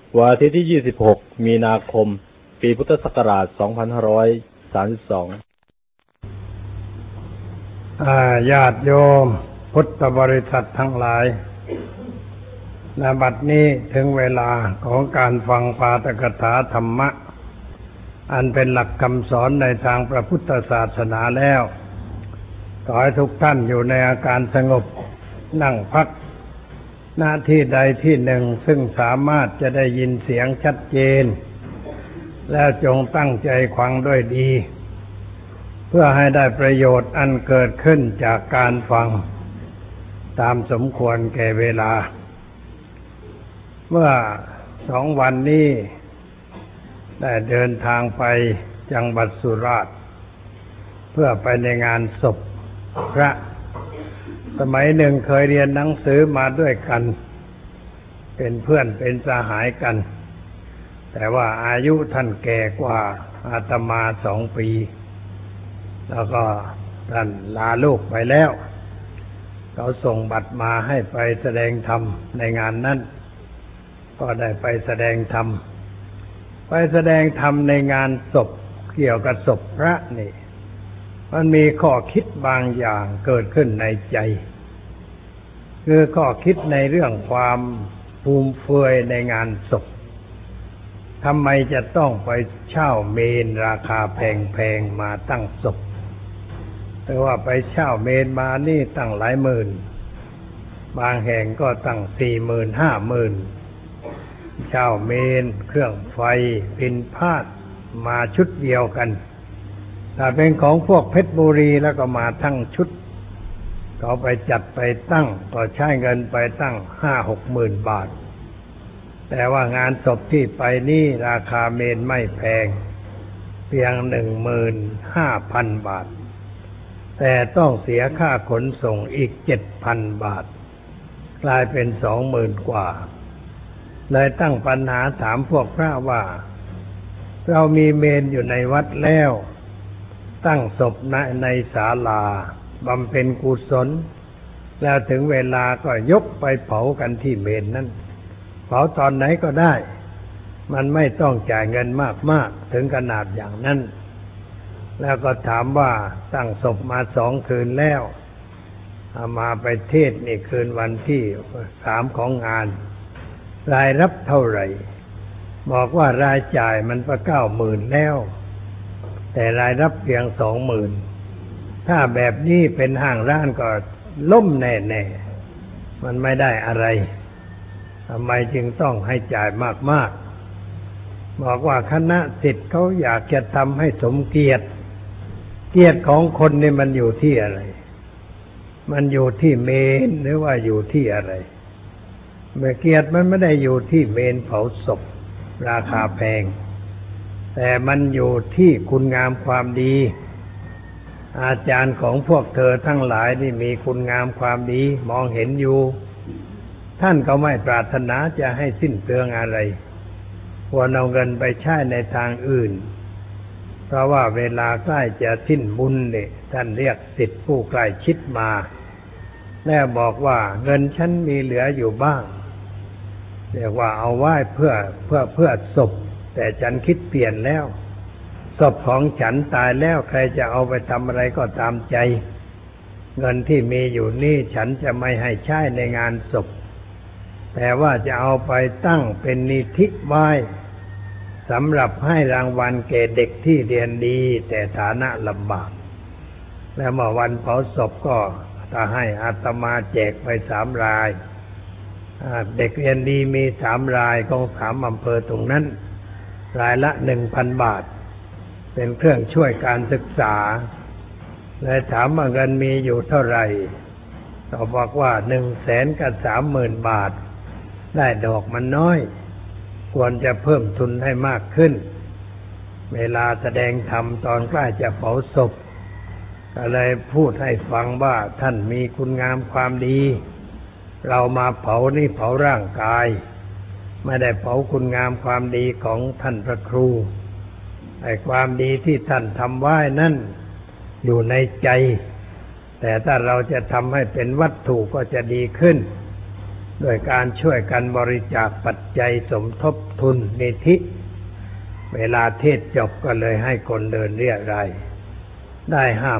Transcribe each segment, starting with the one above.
วันอาทิตย์ที่ 26 มีนาคม ปีพุทธศักราช 2532 ญาติโยมพุทธบริษัททั้งหลายณ บัดนี้ถึงเวลาของการฟังปาฐกถาธรรมะอันเป็นหลักคำสอนในทางพระพุทธศาสนาแล้วขอให้ทุกท่านอยู่ในอาการสงบนั่งพักหน้าที่ใดที่หนึ่งซึ่งสามารถจะได้ยินเสียงชัดเจนแล้วจงตั้งใจฟังด้วยดีเพื่อให้ได้ประโยชน์อันเกิดขึ้นจากการฟังตามสมควรแก่เวลาเมื่อ2 วันนี้ได้เดินทางไปจังหวัดสุราษฎร์เพื่อไปในงานศพพระสมัยหนึ่งเคยเรียนหนังสือมาด้วยกันเป็นเพื่อนเป็นสหายกันแต่ว่าอายุท่านแก่กว่าอาตมา2 ปีแล้วก็ท่านลาโลกไปแล้วเขาส่งบัตรมาให้ไปแสดงธรรมในงานนั้นก็ได้ไปแสดงธรรมในงานศพเกี่ยวกับศพพระนี่มันมีข้อคิดบางอย่างเกิดขึ้นในใจคือข้อคิดในเรื่องความฟุ่มเฟือยในงานศพทำไมจะต้องไปเช่าเมรุราคาแพงๆมาตั้งศพแต่ว่าไปเช่าเมรุมานี่ตั้งหลายหมื่นบางแห่งก็ตั้ง 40,000 50,000เช่าเมรุเครื่องไฟพิณพาทย์มาชุดเดียวกันถ้าเป็นของพวกเพชรบุรีแล้วก็มาทั้งชุดเขาไปจัดไปตั้งก็ใช้เงินไปตั้ง 5-6 หมื่นบาทแต่ว่างานศพที่ไปนี่ราคาเมรุไม่แพงเพียง 15,000 บาทแต่ต้องเสียค่าขนส่งอีก 7,000 บาทกลายเป็น 20,000 กว่าเลยตั้งปัญหาถามพวกพระว่าเรามีเมรุอยู่ในวัดแล้วตั้งศพในศาลาบำเพ็ญกุศลแล้วถึงเวลาก็ยกไปเผากันที่เมรุนั้นเผาตอนไหนก็ได้มันไม่ต้องจ่ายเงินมากๆถึงขนาดอย่างนั้นแล้วก็ถามว่าตั้งศพมา2 คืนแล้วเอามาไปเทศน์นี่คืนวันที่3ของงานรายรับเท่าไหร่บอกว่ารายจ่ายมันก็ 90,000 แล้วแต่รายรับเพียง 20,000ถ้าแบบนี้เป็นห้างร้านก็ล่มแน่ๆมันไม่ได้อะไรทำไมจึงต้องให้จ่ายมากๆบอกว่าคณะศิษย์เขาอยากจะทำให้สมเกียรติของคนนี่มันอยู่ที่อะไรมันอยู่ที่เมรุหรือว่าอยู่ที่อะไรเกียรติมันไม่ได้อยู่ที่เมรุเผาศพราคาแพงแต่มันอยู่ที่คุณงามความดีอาจารย์ของพวกเธอทั้งหลายนี่มีคุณงามความดีมองเห็นอยู่ท่านก็ไม่ปรารถนาจะให้สิ้นเปลืองอะไรควรเอาเงินไปใช้ในทางอื่นเพราะว่าเวลาใกล้จะสิ้นบุญเนี่ยท่านเรียกศิษย์ผู้ใกล้ชิดมาแล้วบอกว่าเงินฉันมีเหลืออยู่บ้างเรียกว่าเอาไว้เพื่อศพแต่ฉันคิดเปลี่ยนแล้วศพของฉันตายแล้วใครจะเอาไปทำอะไรก็ตามใจเงินที่มีอยู่นี่ฉันจะไม่ให้ใช้ในงานศพแต่ว่าจะเอาไปตั้งเป็นนิธิไว้สำหรับให้รางวัลแก่เด็กที่เรียนดีแต่ฐานะลำบากแล้วเมื่อวันเผาศพก็จะให้อาตมาแจกไป3 รายเด็กเรียนดีมี3 รายของ3 อำเภอตรงนั้นรายละ 1,000 บาทเป็นเครื่องช่วยการศึกษาเลยถามว่าเงินมีอยู่เท่าไหร่เขาบอกว่า 130,000 บาทได้ดอกมันน้อยควรจะเพิ่มทุนให้มากขึ้นเวลาแสดงธรรมตอนใกล้จะเผาศพก็เลยพูดให้ฟังว่าท่านมีคุณงามความดีเรามาเผานี่เผาร่างกายไม่ได้เผาคุณงามความดีของท่านพระครูไอ้ความดีที่ท่านทำไว้นั่นอยู่ในใจแต่ถ้าเราจะทำให้เป็นวัตถุก็จะดีขึ้นโดยการช่วยกันบริจาคปัจจัยสมทบทุนนิธิเวลาเทศจบก็เลยให้คนเดินเรียรายได้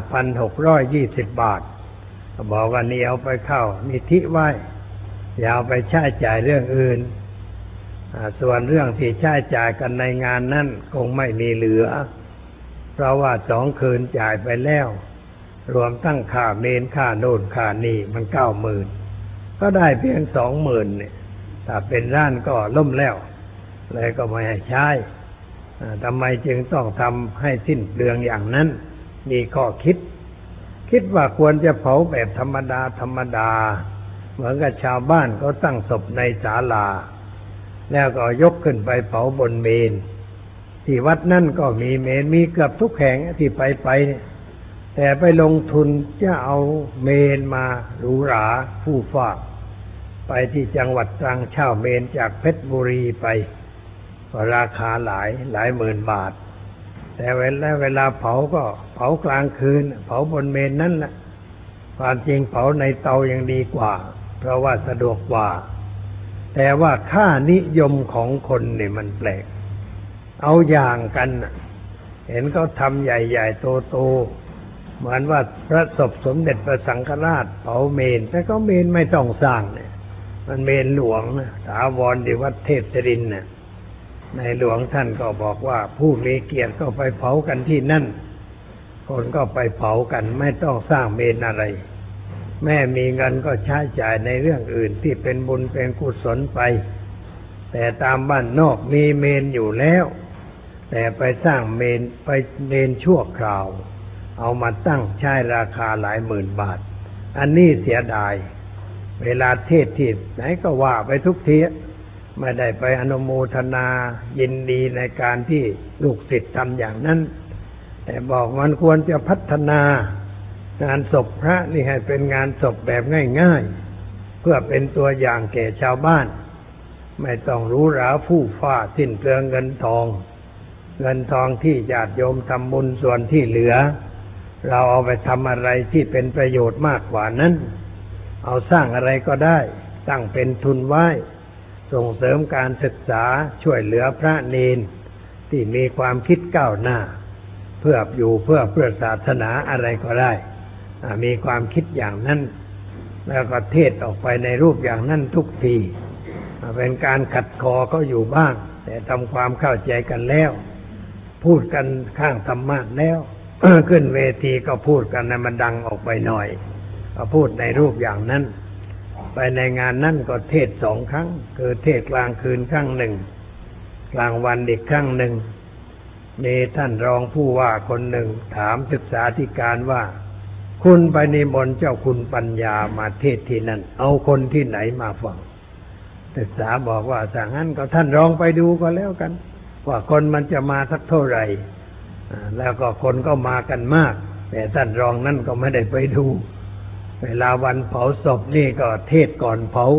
5,620 บาทก็บอกว่านี่เอาไปเข้านิธิไว้อย่าเอาไปใช้จ่ายเรื่องอื่นส่วนเรื่องที่ใช้จ่ายกันในงานนั้นคงไม่มีเหลือเพราะว่า2 คืนจ่ายไปแล้วรวมตั้งค่าเมนค่าโน่นค่านี่มัน 90,000 ก็ได้เพียง 20,000 เนี่ยถ้าเป็นร้านก็ล่มแล้วเลยก็ไม่ให้ใช้ทำไมจึงต้องทำให้สิ้นเปลืองอย่างนั้นมีข้อคิดว่าควรจะเผาแบบธรรมดาเหมือนกับชาวบ้านเขาตั้งศพในศาลาแล้วก็ยกขึ้นไปเผาบนเมนที่วัดนั่นก็มีเมนมีเกือบทุกแห่งที่ไปเนี่ยแต่ไปลงทุนจะเอาเมนมาหรูหราฟู่ฟ้าไปที่จังหวัดตรังเช่าเมนจากเพชรบุรีไปก็ราคาหลายหมื่นบาทแต่เวลาเผาก็เผากลางคืนเผาบนเมนนั่นแหละความจริงเผาในเตายังดีกว่าเพราะว่าสะดวกกว่าแต่ว่าค่านิยมของคนเนี่ยมันแปลกเอาอย่างกันเห็นเขาทำใหญ่ๆโตๆเหมือนว่าพระศพสมเด็จพระสังฆราชเผาเมนแต่ก็เมนไม่ต้องสร้างเนี่ยมันเมนหลวงนะถาวรที่วัดเทพศิรินทร์เนี่ยในหลวงท่านก็บอกว่าผู้มีเกียรติก็ไปเผากันที่นั่นคนก็ไปเผากันไม่ต้องสร้างเมนอะไรแม่มีเงินก็ใช้จ่ายในเรื่องอื่นที่เป็นบุญเป็นกุศลไปแต่ตามบ้านนอกมีเมนอยู่แล้วแต่ไปสร้างเมนชั่วคราวเอามาตั้งใช้ราคาหลายหมื่นบาทอันนี้เสียดายเวลาเทศที่ไหนก็ว่าไปทุกทีไม่ได้ไปอนุโมทนายินดีในการที่ลูกศิษย์ทำอย่างนั้นแต่บอกมันควรจะพัฒนางานศพพระนี่ให้เป็นงานศพแบบง่ายๆเพื่อเป็นตัวอย่างแก่ชาวบ้านไม่ต้องหรูหราฟู่ฟ้าสิ้นเปลืองเงินทองที่ญาติโยมทำบุญส่วนที่เหลือเราเอาไปทำอะไรที่เป็นประโยชน์มากกว่านั้นเอาสร้างอะไรก็ได้ตั้งเป็นทุนไว้ส่งเสริมการศึกษาช่วยเหลือพระเณรที่มีความคิดก้าวหน้าเพื่อศาสนาอะไรก็ได้มีความคิดอย่างนั้นแล้วก็เทศออกไปในรูปอย่างนั้นทุกทีเป็นการขัดคอก็อยู่บ้างแต่ทำความเข้าใจกันแล้วพูดกันข้างธรรมะแล้ว ขึ้นเวทีก็พูดกันให้มันดังออกไปหน่อยก็พูดในรูปอย่างนั้นไปในงานนั่นก็เทศ2 ครั้งคือเทศกลางคืนครั้งหนึ่งกลางวันอีกครั้งหนึ่งมีท่านรองผู้ว่าคนหนึ่งถามศึกษาธิการว่าคุณไปนิมนต์เจ้าคุณปัญญามาเทศที่นั่นเอาคนที่ไหนมาฟังศึกษาบอกว่าถ้างั้นก็ท่านรองไปดูก็แล้วกันว่าคนมันจะมาสักเท่าไหร่แล้วก็คนก็มากันมากแต่ท่านรองนั่นก็ไม่ได้ไปดูเวลาวันเผาศพนี่ก็เทศก่อนเผา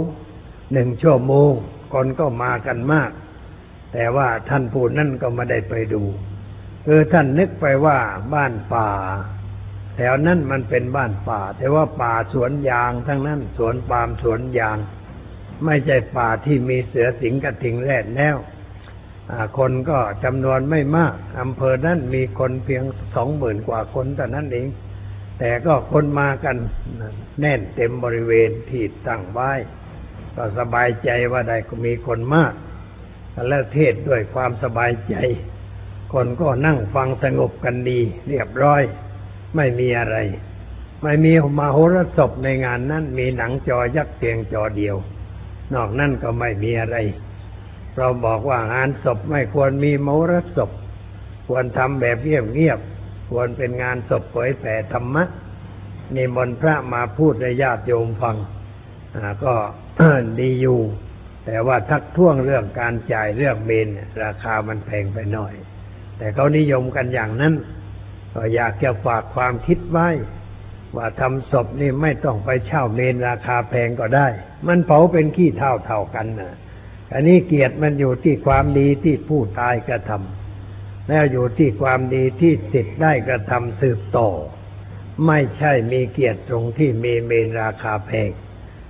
1 ชั่วโมงคนก็มากันมากแต่ว่าท่านผู้นั่นก็ไม่ได้ไปดูท่านนึกไปว่าบ้านป่าแถวนั้นมันเป็นบ้านป่าแต่ว่าป่าสวนยางทั้งนั้นสวนปาล์มสวนยางไม่ใช่ป่าที่มีเสือสิงกระทิงแรดแล้วคนก็จำนวนไม่มากอำเภอนั้นมีคนเพียง 20,000 กว่าคนเท่านั้นเองแต่ก็คนมากันแน่นเต็มบริเวณที่ตั้งไว้ก็สบายใจว่าได้มีคนมากแล้วเทศด้วยความสบายใจคนก็นั่งฟังสงบกันดีเรียบร้อยไม่มีอะไรไม่มีมโหรสพในงานนั้นมีหนังจอยักษ์เพียงจอเดียวนอกนั้นก็ไม่มีอะไรเราบอกว่างานศพไม่ควรมีมโหรสพควรทำแบบเงียบๆควรเป็นงานศพเผยแผ่ธรรมะนิมนต์พระมาพูดให้ญาติโยมฟังก็ ดีอยู่แต่ว่าทักท้วงเรื่องการจ่ายเรื่องเมนราคามันแพงไปหน่อยแต่เขานิยมกันอย่างนั้นก็อยากจะฝากความคิดไว้ว่าทำศพนี่ไม่ต้องไปเช่าเมนราคาแพงก็ได้มันเผาเป็นขี้เท่ากันนะอันนี้เกียรติมันอยู่ที่ความดีที่ผู้ตายกระทำแล้วอยู่ที่ความดีที่ศิษย์ได้กระทำสืบต่อไม่ใช่มีเกียรติตรงที่มีเมนราคาแพง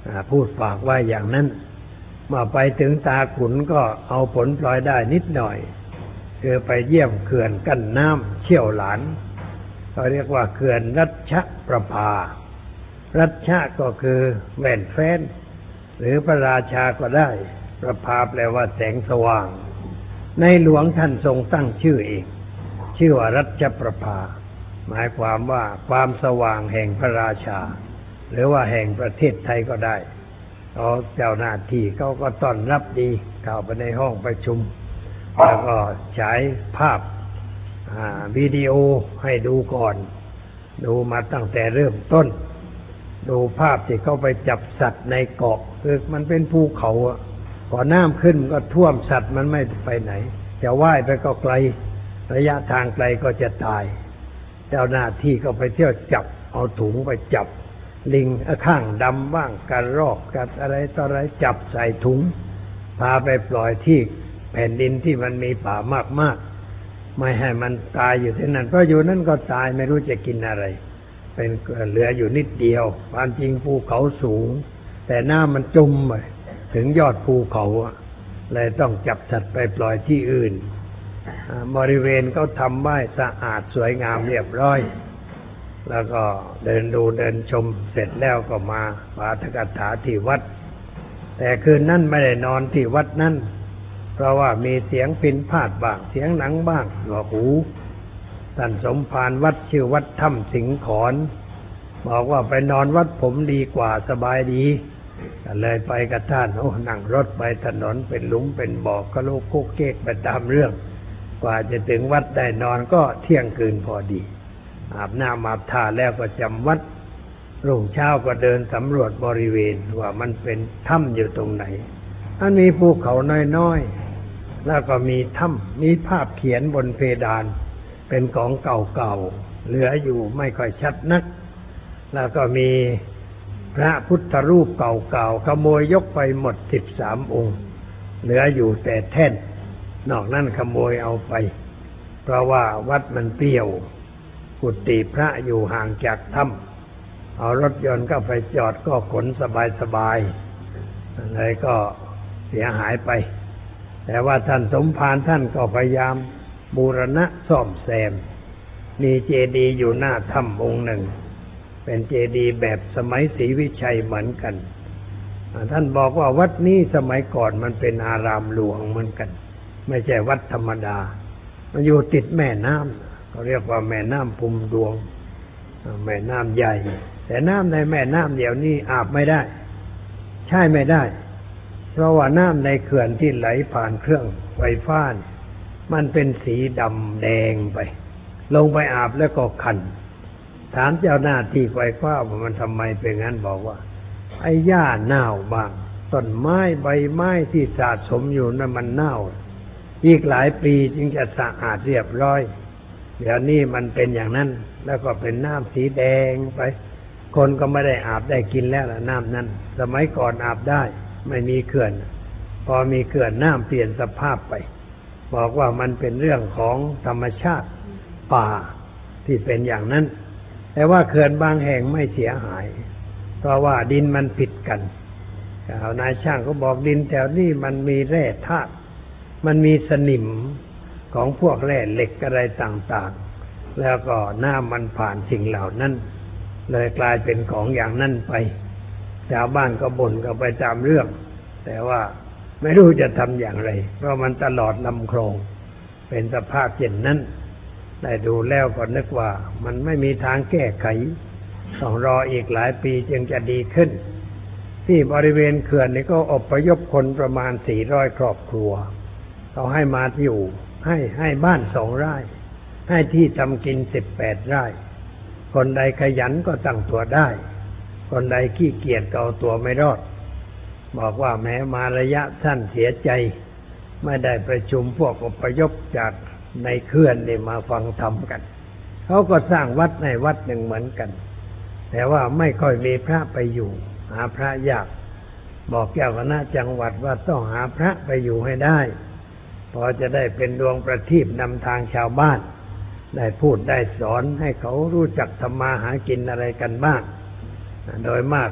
พูดฝากไว้อย่างนั้นเมื่อไปถึงตาขุนก็เอาผลพลอยได้นิดหน่อยคือไปเยี่ยมเขื่อนกั้นน้ำเชี่ยวหลานเขาเรียกว่าเขื่อนรัชประภารัชก็คือแหวนแฟนหรือพระราชาก็ได้ประภาแปลว่าแสงสว่างในหลวงท่านทรงตั้งชื่อเองชื่อว่ารัชประภาหมายความว่าความสว่างแห่งพระราชาหรือว่าแห่งประเทศไทยก็ได้เจ้าหน้าที่เขาก็ต้อนรับดีเข้าไปในห้องประชุมแล้วก็ฉายภาพวิดีโอให้ดูก่อนดูมาตั้งแต่เริ่มต้นดูภาพที่เขาไปจับสัตว์ในเกาะคือมันเป็นภูเขาพอน้ำขึ้นก็ท่วมสัตว์มันไม่ไปไหนจะว่ายไปก็ไกลระยะทางไกลก็จะตายเจ้าหน้าที่ก็ไปเที่ยวจับเอาถุงไปจับลิงข้างดำบ้างการรอกกัดอะไรต่ออะไรจับใส่ถุงพาไปปล่อยที่แผ่นดินที่มันมีป่ามากๆไม่ให้มันตายอยู่ที่นั่นเพราะอยู่นั่นก็ตายไม่รู้จะกินอะไรเป็นเหลืออยู่นิดเดียวความจริงภูเขาสูงแต่น้ำมันจุ่มไปถึงยอดภูเขาเลยต้องจับสัตว์ไปปล่อยที่อื่นบริเวณเขาทำไว้สะอาดสวยงามเรียบร้อยแล้วก็เดินดูเดินชมเสร็จแล้วก็มาปาฐกถาที่วัดแต่คืนนั้นไม่ได้นอนที่วัดนั้นเพราะว่ามีเสียงพิณพาทย์บ้างเสียงหนังบ้างหนวกหูท่านสมภารวัดชื่อวัดถ้ำสิงขอนบอกว่าไปนอนวัดผมดีกว่าสบายดีก็เลยไปกับท่านนั่งรถไปถนนเป็นหลุมเป็นบ่อกระโลกโคกเก๊กไปตามเรื่องกว่าจะถึงวัดได้นอนก็เที่ยงคืนพอดีอาบน้ำอาบท่าแล้วก็จำวัดรุ่งเช้าก็เดินสำรวจบริเวณว่ามันเป็นถ้ำอยู่ตรงไหนอันมีภูเขาน้อยๆแล้วก็มีถ้ำมีภาพเขียนบนเพดานเป็นของเก่าๆเหลืออยู่ไม่ค่อยชัดนักแล้วก็มีพระพุทธรูปเก่าๆขโมยยกไปหมด13 องค์เหลืออยู่แต่แท่นนอกนั้นขโมยเอาไปเพราะว่าวัดมันเปรี้ยวกุฏิพระอยู่ห่างจากถ้ำเอารถยนต์ก็ไปจอดก็ขนสบายๆเลยก็เสียหายไปแต่ว่าท่านสมภารท่านก็พยายามบูรณะซ่อมแซมมีเจดีย์อยู่หน้าถ้ำองค์หนึ่งเป็นเจดีย์แบบสมัยศรีวิชัยเหมือนกันท่านบอกว่าวัดนี้สมัยก่อนมันเป็นอารามหลวงเหมือนกันไม่ใช่วัดธรรมดามันอยู่ติดแม่น้ำเขาเรียกว่าแม่น้ำพุมดวงแม่น้ำใหญ่แต่น้ำในแม่น้ำเดี๋ยวนี้อาบไม่ได้ใช่ไม่ได้เพราะว่าน้ำในเขื่อนที่ไหลผ่านเครื่องไฟฟ้ามันเป็นสีดำแดงไปลงไปอาบแล้วก็คันถามเจ้าหน้าที่ไฟฟ้าว่ามันทำไมเป็นงั้นบอกว่าไอ้หญ้าเน่าบ้างต้นไม้ใบไม้ที่สะสมอยู่นั้นมันเน่าอีกหลายปีจึงจะสะอาดเรียบร้อยเดี๋ยวนี้มันเป็นอย่างนั้นแล้วก็เป็นน้ำสีแดงไปคนก็ไม่ได้อาบได้กินแล้วล่ะน้ำนั้นสมัยก่อนอาบได้ไม่มีเขื่อนพอมีเขื่อนน้ำเปลี่ยนสภาพไปบอกว่ามันเป็นเรื่องของธรรมชาติป่าที่เป็นอย่างนั้นแต่ว่าเขื่อนบางแห่งไม่เสียหายเพราะว่าดินมันผิดกันนายช่างก็บอกดินแถวนี้มันมีแร่ธาตุมันมีสนิมของพวกแร่เหล็กอะไรต่างๆแล้วก็น้ำมันผ่านสิ่งเหล่านั้นเลยกลายเป็นของอย่างนั้นไปชาวบ้านก็บ่นก็ไปตามเรื่องแต่ว่าไม่รู้จะทำอย่างไรเพราะมันตลอดลำคลองเป็นสภาพเช่นนั้นได้ดูแล้วก็นึกว่ามันไม่มีทางแก้ไขต้องรออีกหลายปีจึงจะดีขึ้นที่บริเวณเขื่อนนี้ก็อพยพคนประมาณ400 ครอบครัวเขาให้มาอยู่ให้บ้าน2 ไร่ให้ที่ทำกิน18 ไร่คนใดขยันก็ตั้งตัวได้คนใดขี้เกียจก็เอาตัวไม่รอดบอกว่าแม้มาระยะสั้นเสียใจไม่ได้ประชุมพวกอพยพจากในเขื่อนนี่มาฟังธรรมกันเขาก็สร้างวัดในวัดหนึ่งเหมือนกันแต่ว่าไม่ค่อยมีพระไปอยู่หาพระยากบอกเจ้าคณะจังหวัดว่าต้องหาพระไปอยู่ให้ได้พอจะได้เป็นดวงประทีปนำทางชาวบ้านได้พูดได้สอนให้เขารู้จักทำมาหากินอะไรกันบ้างโดยมากมัน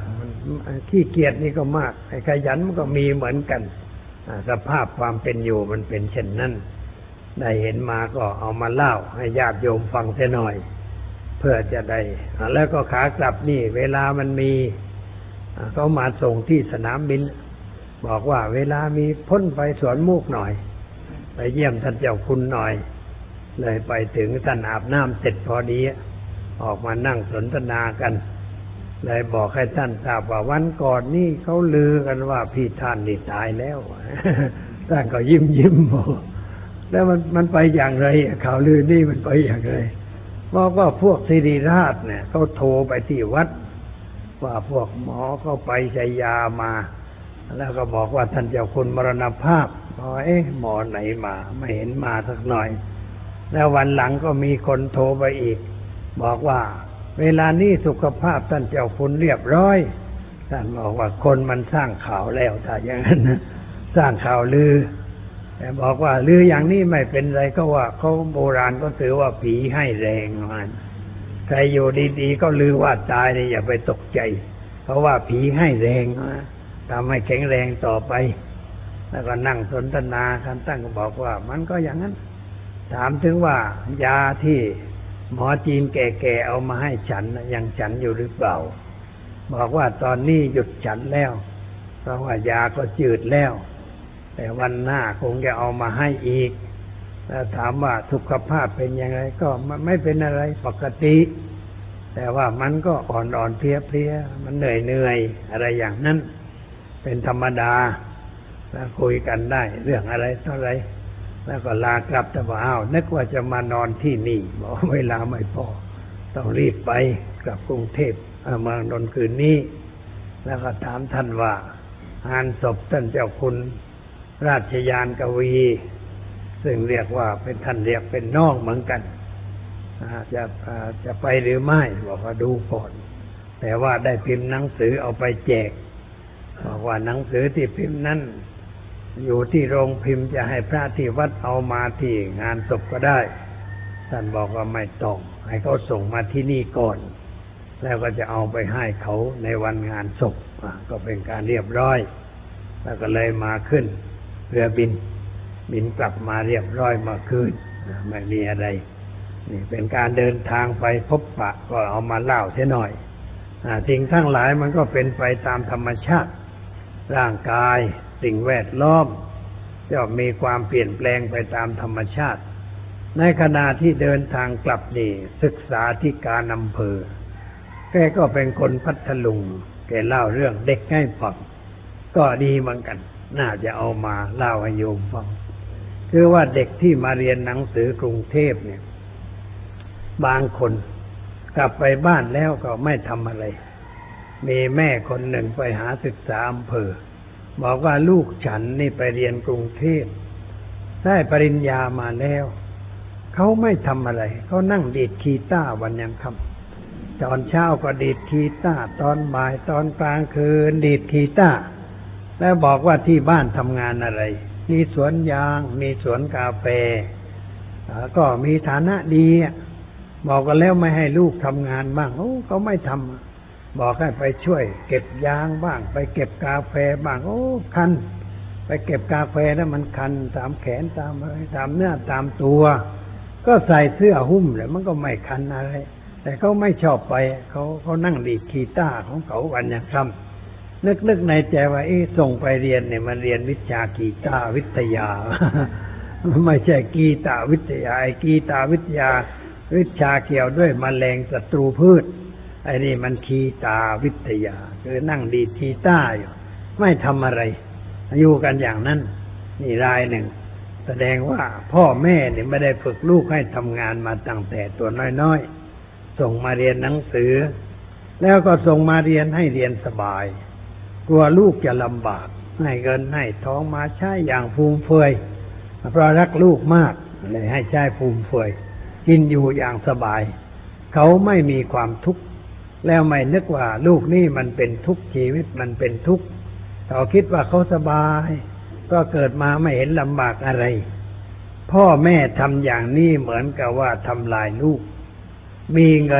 ขี้เกียจนี่ก็มากไอ้ขยันมันก็มีเหมือนกันสภาพความเป็นอยู่มันเป็นเช่นนั้นได้เห็นมาก็เอามาเล่าให้ญาติโยมฟังเสียหน่อยเพื่อจะได้แล้วก็ขากลับนี่เวลามันมีเขามาส่งที่สนามบินบอกว่าเวลามีพ้นไปสวนมูกหน่อยไปเยี่ยมท่านเจ้าคุณหน่อยเลยไปถึงท่านอาบน้ำเสร็จพอดีออกมานั่งสนทนากันเลยบอกให้ท่านทราบว่าวันก่อนนี่เขาลือกันว่าพี่ท่านนี่ตายแล้วท่านก็ยิ้มบอกแล้วมันไปอย่างไรข่าวลือนี่มันไปอย่างไรบอกว่าพวกศิริราชเนี่ยเขาโทรไปที่วัดว่าพวกหมอเขาไปชัยยามาแล้วก็บอกว่าท่านเจ้าคุณมรณภาพบอกหมอไหนมาไม่เห็นมาสักหน่อยแล้ววันหลังก็มีคนโทรไปอีกบอกว่าเวลานี้สุขภาพท่านเจ้าคุณเรียบร้อยท่านบอกว่าคนมันสร้างข่าวแล้วถ้าอย่างนั้นสร้างข่าวลือแต่บอกว่าลืออย่างนี้ไม่เป็นไรก็ว่าเขาโบราณก็ถือว่าผีให้แรงมันใครอยู่ดีๆก็ลือว่าตายเนี่ยอย่าไปตกใจเพราะว่าผีให้แรงทำให้แข็งแรงต่อไปแล้วก็นั่งสนทนากันตั้งก็บอกว่ามันก็อย่างนั้นถามถึงว่ายาที่หมอจีนแก่ๆเอามาให้ฉันยังฉันอยู่หรือเปล่าบอกว่าตอนนี้หยุดฉันแล้วเพราะว่ายาก็จืดแล้วแต่วันหน้าคงจะเอามาให้อีกแล้วถามว่าสุขภาพเป็นยังไงก็ไม่เป็นอะไรปกติแต่ว่ามันก็อ่อนๆเพลียๆมันเหนื่อยอะไรอย่างนั้นเป็นธรรมดาแล้วคุยกันได้เรื่องอะไรเท่าไรแล้วก็ลากลับแต่ว่านึกว่าจะมานอนที่นี่บอกเวลาไม่พอต้องรีบไปกลับกรุงเทพมานอนคืนนี้แล้วก็ถามท่านว่างานศพท่านเจ้าคุณราชยานกวีซึ่งเรียกว่าเป็นท่านเรียกเป็นน้องเหมือนกันจะไปหรือไม่บอกว่าดูก่อนแต่ว่าได้พิมพ์หนังสือเอาไปแจกบอกว่าหนังสือที่พิมพ์นั้นอยู่ที่โรงพิมพ์จะให้พระที่วัดเอามาที่งานศพก็ได้ท่านบอกว่าไม่ต้องให้เขาส่งมาที่นี่ก่อนแล้วก็จะเอาไปให้เขาในวันงานศพก็เป็นการเรียบร้อยแล้วก็เลยมาขึ้นเรือบินกลับมาเรียบร้อยมาคืนไม่มีอะไรนี่เป็นการเดินทางไปพบปะก็เอามาเล่าเสียหน่อยสิ่งทั้งหลายมันก็เป็นไปตามธรรมชาติร่างกายสิ่งแวดล้อมจะมีความเปลี่ยนแปลงไปตามธรรมชาติในขณะที่เดินทางกลับนี่ศึกษาที่การอำเภอแกก็เป็นคนพัทลุงแกเล่าเรื่องเด็กให้ฟังก็ดีเหมือนกันน่าจะเอามาเล่าให้โยมฟังคือว่าเด็กที่มาเรียนหนังสือกรุงเทพเนี่ยบางคนกลับไปบ้านแล้วก็ไม่ทำอะไรมีแม่คนหนึ่งไปหาศึกษาอำเภอบอกว่าลูกฉันนี่ไปเรียนกรุงเทพได้ปริญญามาแล้วเขาไม่ทำอะไรเขานั่งดีดกีตาร์วันยังค่ำตอนเช้าก็ดีดกีตาร์ตอนบ่ายตอนกลางคืนดีดกีตาร์แล้วบอกว่าที่บ้านทำงานอะไรมีสวนยางมีสวนกาแฟก็มีฐานะดีบอกกันแล้วไม่ให้ลูกทำงานบ้างเขาไม่ทำบอกให้ไปช่วยเก็บยางบ้างไปเก็บกาแฟบ้างคันไปเก็บกาแฟแล้วมันคันตามแขนตามอะไรตามเนื้อตามตัวก็ใส่เสื้อหุ้มเลยมันก็ไม่คันอะไรแต่เขาไม่ชอบไปเขานั่งดีดกีตาร์ของเขาวันยังค่ำนึกในใจว่าส่งไปเรียนเนี่ยมันเรียนวิชากีตาร์วิทยา ไม่ใช่กีตาร์วิทยากีตาร์วิทยาวิชาเกี่ยวด้วยแมลงศัตรูพืชไอ้นี่มันกีตาร์วิทยาคือนั่งดีดกีตาร์อยู่ไม่ทำอะไรอยู่กันอย่างนั้นนี่รายหนึ่งแสดงว่าพ่อแม่เนี่ยไม่ได้ฝึกลูกให้ทำงานมาตั้งแต่ตัวน้อยๆส่งมาเรียนหนังสือแล้วก็ส่งมาเรียนให้เรียนสบายกลัวลูกจะลำบากให้เงินให้ทองมาใช้อย่างฟุ่มเฟือยเพราะรักลูกมากเลยให้ใช้ฟุ่มเฟือยกินอยู่อย่างสบายเขาไม่มีความทุกข์แล้วไม่นึกว่าลูกนี่มันเป็นทุกข์ชีวิตมันเป็นทุกข์เขาคิดว่าเขาสบายก็เกิดมาไม่เห็นลำบากอะไรพ่อแม่ทำอย่างนี้เหมือนกับว่าทำลายลูกมีเงิน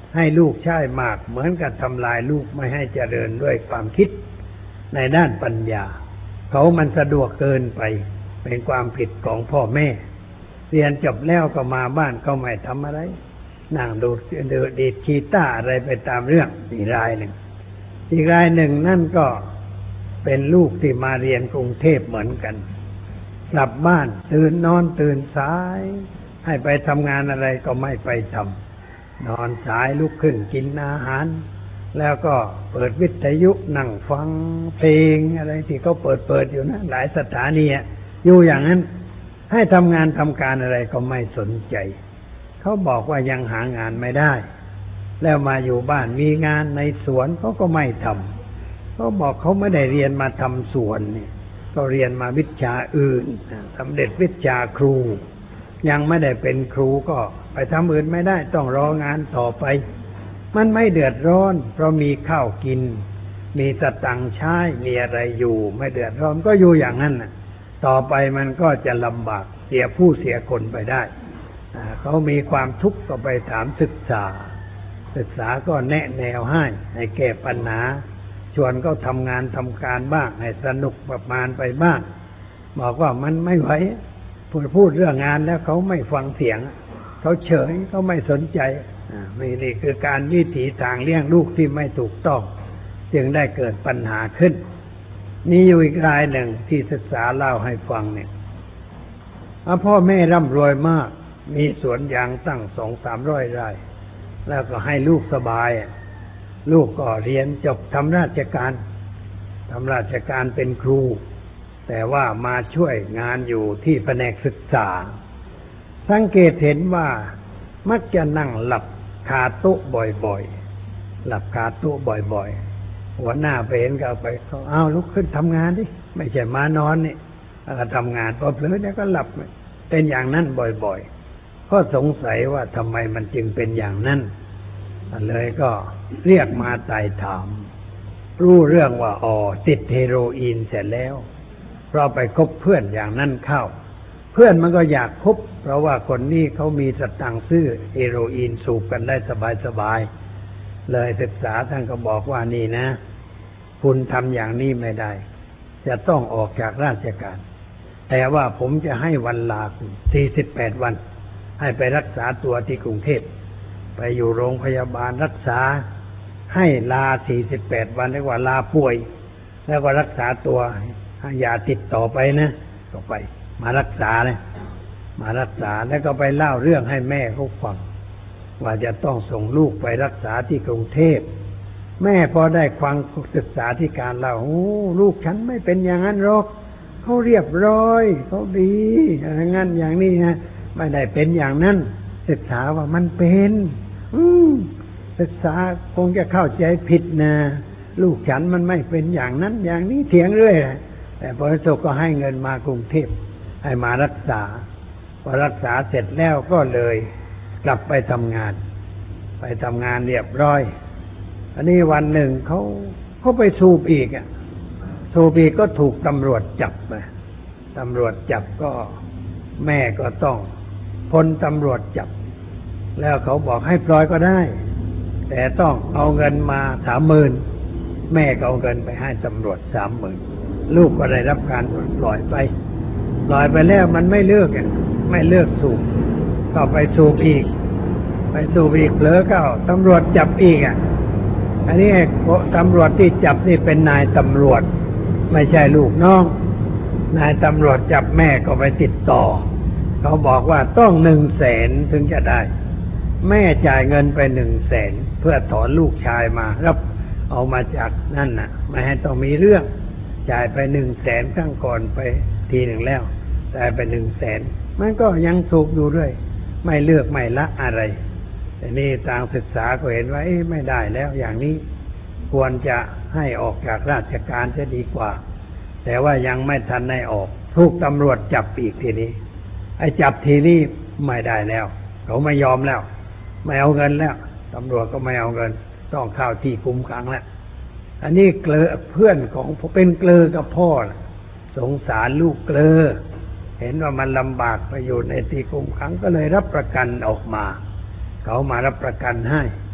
ให้ลูกใช้มากเหมือนกับทำลายลูกไม่ให้เจริญด้วยความคิดในด้านปัญญาเขามันสะดวกเกินไปเป็นความผิดของพ่อแม่เรียนจบแล้วก็มาบ้านก็ไม่ทำอะไรนั่งดูดีดกีตาร์อะไรไปตามเรื่องอีกรายหนึ่งนั่นก็เป็นลูกที่มาเรียนกรุงเทพเหมือนกันกลับบ้านตื่นสายให้ไปทำงานอะไรก็ไม่ไปทำนอนสายลุกขึ้นกินอาหารแล้วก็เปิดวิทยุนั่งฟังเพลงอะไรที่เขาเปิดอยู่นะหลายสถานีอยู่อย่างนั้นให้ทำงานทำการอะไรก็ไม่สนใจเขาบอกว่ายังหางานไม่ได้แล้วมาอยู่บ้านมีงานในสวนเขาก็ไม่ทำเขาบอกเขาไม่ได้เรียนมาทำสวนนี่ก็เรียนมาวิชาอื่นสำเร็จวิชาครูยังไม่ได้เป็นครูก็ไปทำอื่นไม่ได้ต้องรองานต่อไปมันไม่เดือดร้อนเพราะมีข้าวกินมีสตังค์ใช้มีอะไรอยู่ไม่เดือดร้อนก็อยู่อย่างนั้นต่อไปมันก็จะลำบากเสียผู้เสียคนไปได้เขามีความทุกข์ก็ไปถามศึกษาก็แนะแนวให้แก้ปัญหาชวนก็ทำงานทำการบ้างให้สนุกประมาณไปบ้างบอกว่ามันไม่ไหวพูดเรื่องงานแล้วเขาไม่ฟังเสียงเขาเฉยเขาไม่สนใจนี่คือการวิถีทางเลี้ยงลูกที่ไม่ถูกต้องจึงได้เกิดปัญหาขึ้นมีอยู่อีกรายหนึ่งที่ศึกษาเล่าให้ฟังเนี่ยพ่อแม่ร่ำรวยมากมีสวนยางตั้ง200-300 ไร่แล้วก็ให้ลูกสบายลูกก็เรียนจบทำราชการเป็นครูแต่ว่ามาช่วยงานอยู่ที่แผนกศึกษาสังเกตเห็นว่ามักจะนั่งหลับคาโต๊ะบ่อยๆหัวหน้าไปเห็นก็ไปเอาลุกขึ้นทำงานดิไม่ใช่มานอนนี่ทำงานพอเผลอเนี่ยก็หลับเป็นอย่างนั้นบ่อยๆก็สงสัยว่าทำไมมันจึงเป็นอย่างนั้นเลยก็เรียกมาไต่ถามรู้เรื่องว่าติดเฮโรอีนเสร็จแล้วเพราะไปคบเพื่อนอย่างนั้นเข้าเพื่อนมันก็อยากคบเพราะว่าคนนี้เขามีสตังค์ซื้อเฮโรอีนสูบกันได้สบายเลยศึกษาท่านก็บอกว่านี่นะคุณทำอย่างนี้ไม่ได้จะต้องออกจากราชการแต่ว่าผมจะให้วันลาคุณ48 วันให้ไปรักษาตัวที่กรุงเทพไปอยู่โรงพยาบาลรักษาให้ลา48 วันเรียกว่าลาป่วยแล้วก็รักษาตัวอย่าติดต่อไปนะก็ไปมารักษาแล้วก็ไปเล่าเรื่องให้แม่เขาฟังว่าจะต้องส่งลูกไปรักษาที่กรุงเทพแม่พอได้ฟังศึกษาที่การเล่าลูกฉันไม่เป็นอย่างนั้นหรอกเขาเรียบร้อยเขาดีอย่างนั้นอย่างนี้นะไม่ได้เป็นอย่างนั้นศึกษาว่ามันเป็นศึกษาคงจะเข้าใจผิดนะลูกฉันมันไม่เป็นอย่างนั้นอย่างนี้เถียงเรื่อยแต่พอสุขก็ให้เงินมากรุงเทพให้มารักษาพอรักษาเสร็จแล้วก็เลยกลับไปทำงานเรียบร้อยอันนี้วันหนึ่งเขาไปสูบอีกก็ถูกตำรวจจับก็แม่ก็ต้องพ้นตำรวจจับแล้วเขาบอกให้ปล่อยก็ได้แต่ต้องเอาเงินมา30,000แม่ก็เอาเงินไปให้ตำรวจ30,000ลูกก็ได้รับการปล่อยไปแล้วมันไม่เลิกสูบก็ไปสูบอีกเผลอก็ตำรวจจับอีกอันนี้ตำรวจที่จับนี่เป็นนายตำรวจไม่ใช่ลูกน้องนายตำรวจจับแม่ก็ไปติดต่อเขาบอกว่าต้อง100,000ถึงจะได้แม่จ่ายเงินไป100,000เพื่อถอนลูกชายมารับเอามาจากนั่นน่ะไม่ให้ต้องมีเรื่องจ่ายไป100,000ครั้งก่อนไปทีหนึ่งแล้วจ่ายไป100,000มันก็ยังสูบอยู่ด้วยไม่เลือกไม่ละอะไรแต่นี่ทางศึกษาก็เห็นว่าไม่ได้แล้วอย่างนี้ควรจะให้ออกจากราชการจะดีกว่าแต่ว่ายังไม่ทันได้ออกถูกตำรวจจับอีกทีนี้จับทีนี้ไม่ได้แล้วเขาไม่ยอมแล้วไม่เอาเงินแล้วตำรวจก็ไม่เอาเงินต้องเข้าที่คุมขังแล้วอันนี้เกลอเพื่อนของเป็นเกลอกับพ่อสงสารลูกเกลอเห็นว่ามันลำบากไปอยู่ในที่คุมขังก็เลยรับประกันออกมาเขามารับประกันให้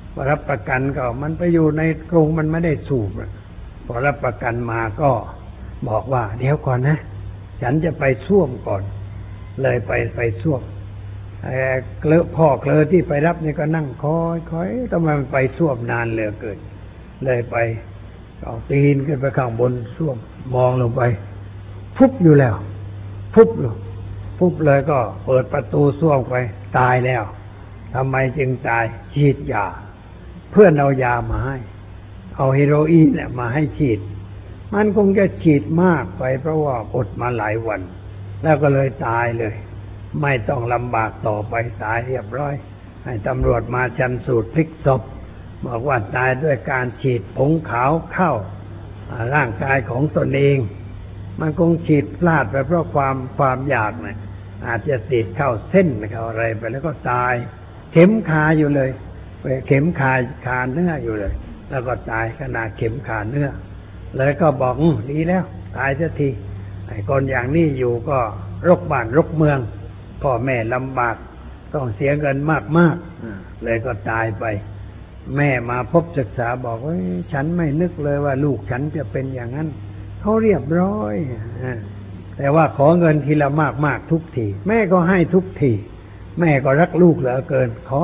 พอรับประกันก็มันไปอยู่ในกรงมันไม่ได้สูบพอรับประกันมาก็บอกว่าเดี๋ยวก่อนนะฉันจะไปส้วมก่อนเลยไปส้วมเคลอะพ่อเคลอที่ไปรับนี่ก็นั่งคอยทำไมมันไปส้วมนานเหลือเกินเลยไปเอาตีนขึ้นไปข้างบนส้วมมองลงไปฟุบอยู่แล้วฟุบเลยก็เปิดประตูส้วมไปตายแล้วทำไมจึงตายฉีดยาเพื่อนเอายามาให้เอาเฮโรอีนเนี่ยมาให้ฉีดมันคงจะฉีดมากไปเพราะว่าอดมาหลายวันแล้วก็เลยตายเลยไม่ต้องลำบากต่อไปตายเรียบร้อยให้ตำรวจมาชันสูตรพลิกศพบอกว่าตายด้วยการฉีดผงขาวเข้าร่างกายของตนเองมันคงฉีดพลาดไปเพราะความอยากเนี่ยอาจจะติดเข้าเส้นเข้าอะไรไปแล้วก็ตายเข็มคาอยู่เลยเข็มคาเนื้ออยู่เลยแล้วก็ตายขณะเข็มคาเนื้อเลยก็บอกดีแล้วตายสักทีไอ้คนอย่างนี้อยู่ก็รกบ้านรกเมืองพ่อแม่ลำบากต้องเสียเงินมากเลยก็ตายไปแม่มาพบศึกษาบอกว่าฉันไม่นึกเลยว่าลูกฉันจะเป็นอย่างนั้นเขาเรียบร้อยแต่ว่าขอเงินทีละมากทุกทีแม่ก็ให้ทุกทีแม่ก็รักลูกเหลือเกินขอ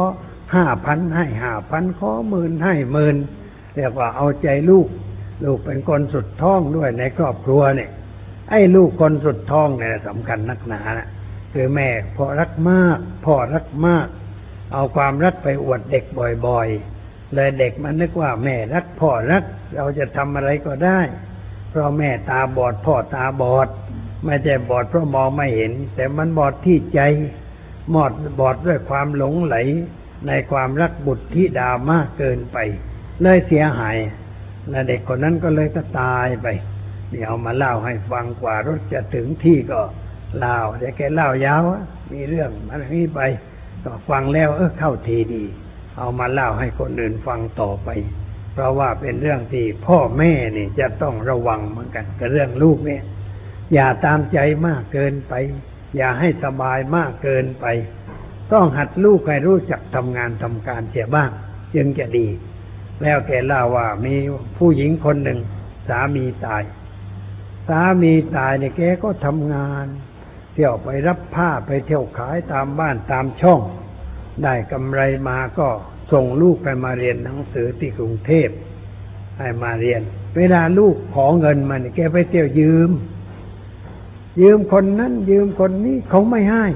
5,000ให้5,000ขอ10,000ให้10,000เรียกว่าเอาใจลูกเป็นคนสุดท้องด้วยในครอบครัวเนี่ยไอ้ลูกคนสุดท้องเนี่ยสำคัญนักหนานะคือแม่พ่อรักมากพ่อรักมากเอาความรักไปอวดเด็กบ่อยๆเลยเด็กมันนึกว่าแม่รักพ่อรักเราจะทำอะไรก็ได้เพราะแม่ตาบอดพ่อตาบอดไม่ใช่บอดเพราะมองไม่เห็นแต่มันบอดที่ใจบอดด้วยความหลงไหลในความรักบุตรธิดามากเกินไปเลยเสียหายและเด็กคนนั้นก็เลยก็ตายไปเดี๋ยวมาเล่าให้ฟังกว่ารถจะถึงที่ก็เล่าแต่แกเล่ายาวมีเรื่องอะไรนี้ไปก็ฟังแล้วเข้าทีดีเอามาเล่าให้คนอื่นฟังต่อไปเพราะว่าเป็นเรื่องที่พ่อแม่นี่จะต้องระวังเหมือนกันกับเรื่องลูกเนี่ยอย่าตามใจมากเกินไปอย่าให้สบายมากเกินไปต้องหัดลูกให้รู้จักทำงานทำการเสียบ้างจึงจะดีแล้วแกเล่าว่ามีผู้หญิงคนหนึ่งสามีตายเนี่ยแกก็ทำงานเที่ยวไปรับผ้าไปเที่ยวขายตามบ้านตามช่องได้กำไรมาก็ส่งลูกไปมาเรียนหนังสือที่กรุงเทพให้มาเรียนเวลาลูกขอเงินมันแกไปเที่ยวยืมคนนั้นยืมคนนี้เขาไม่ให้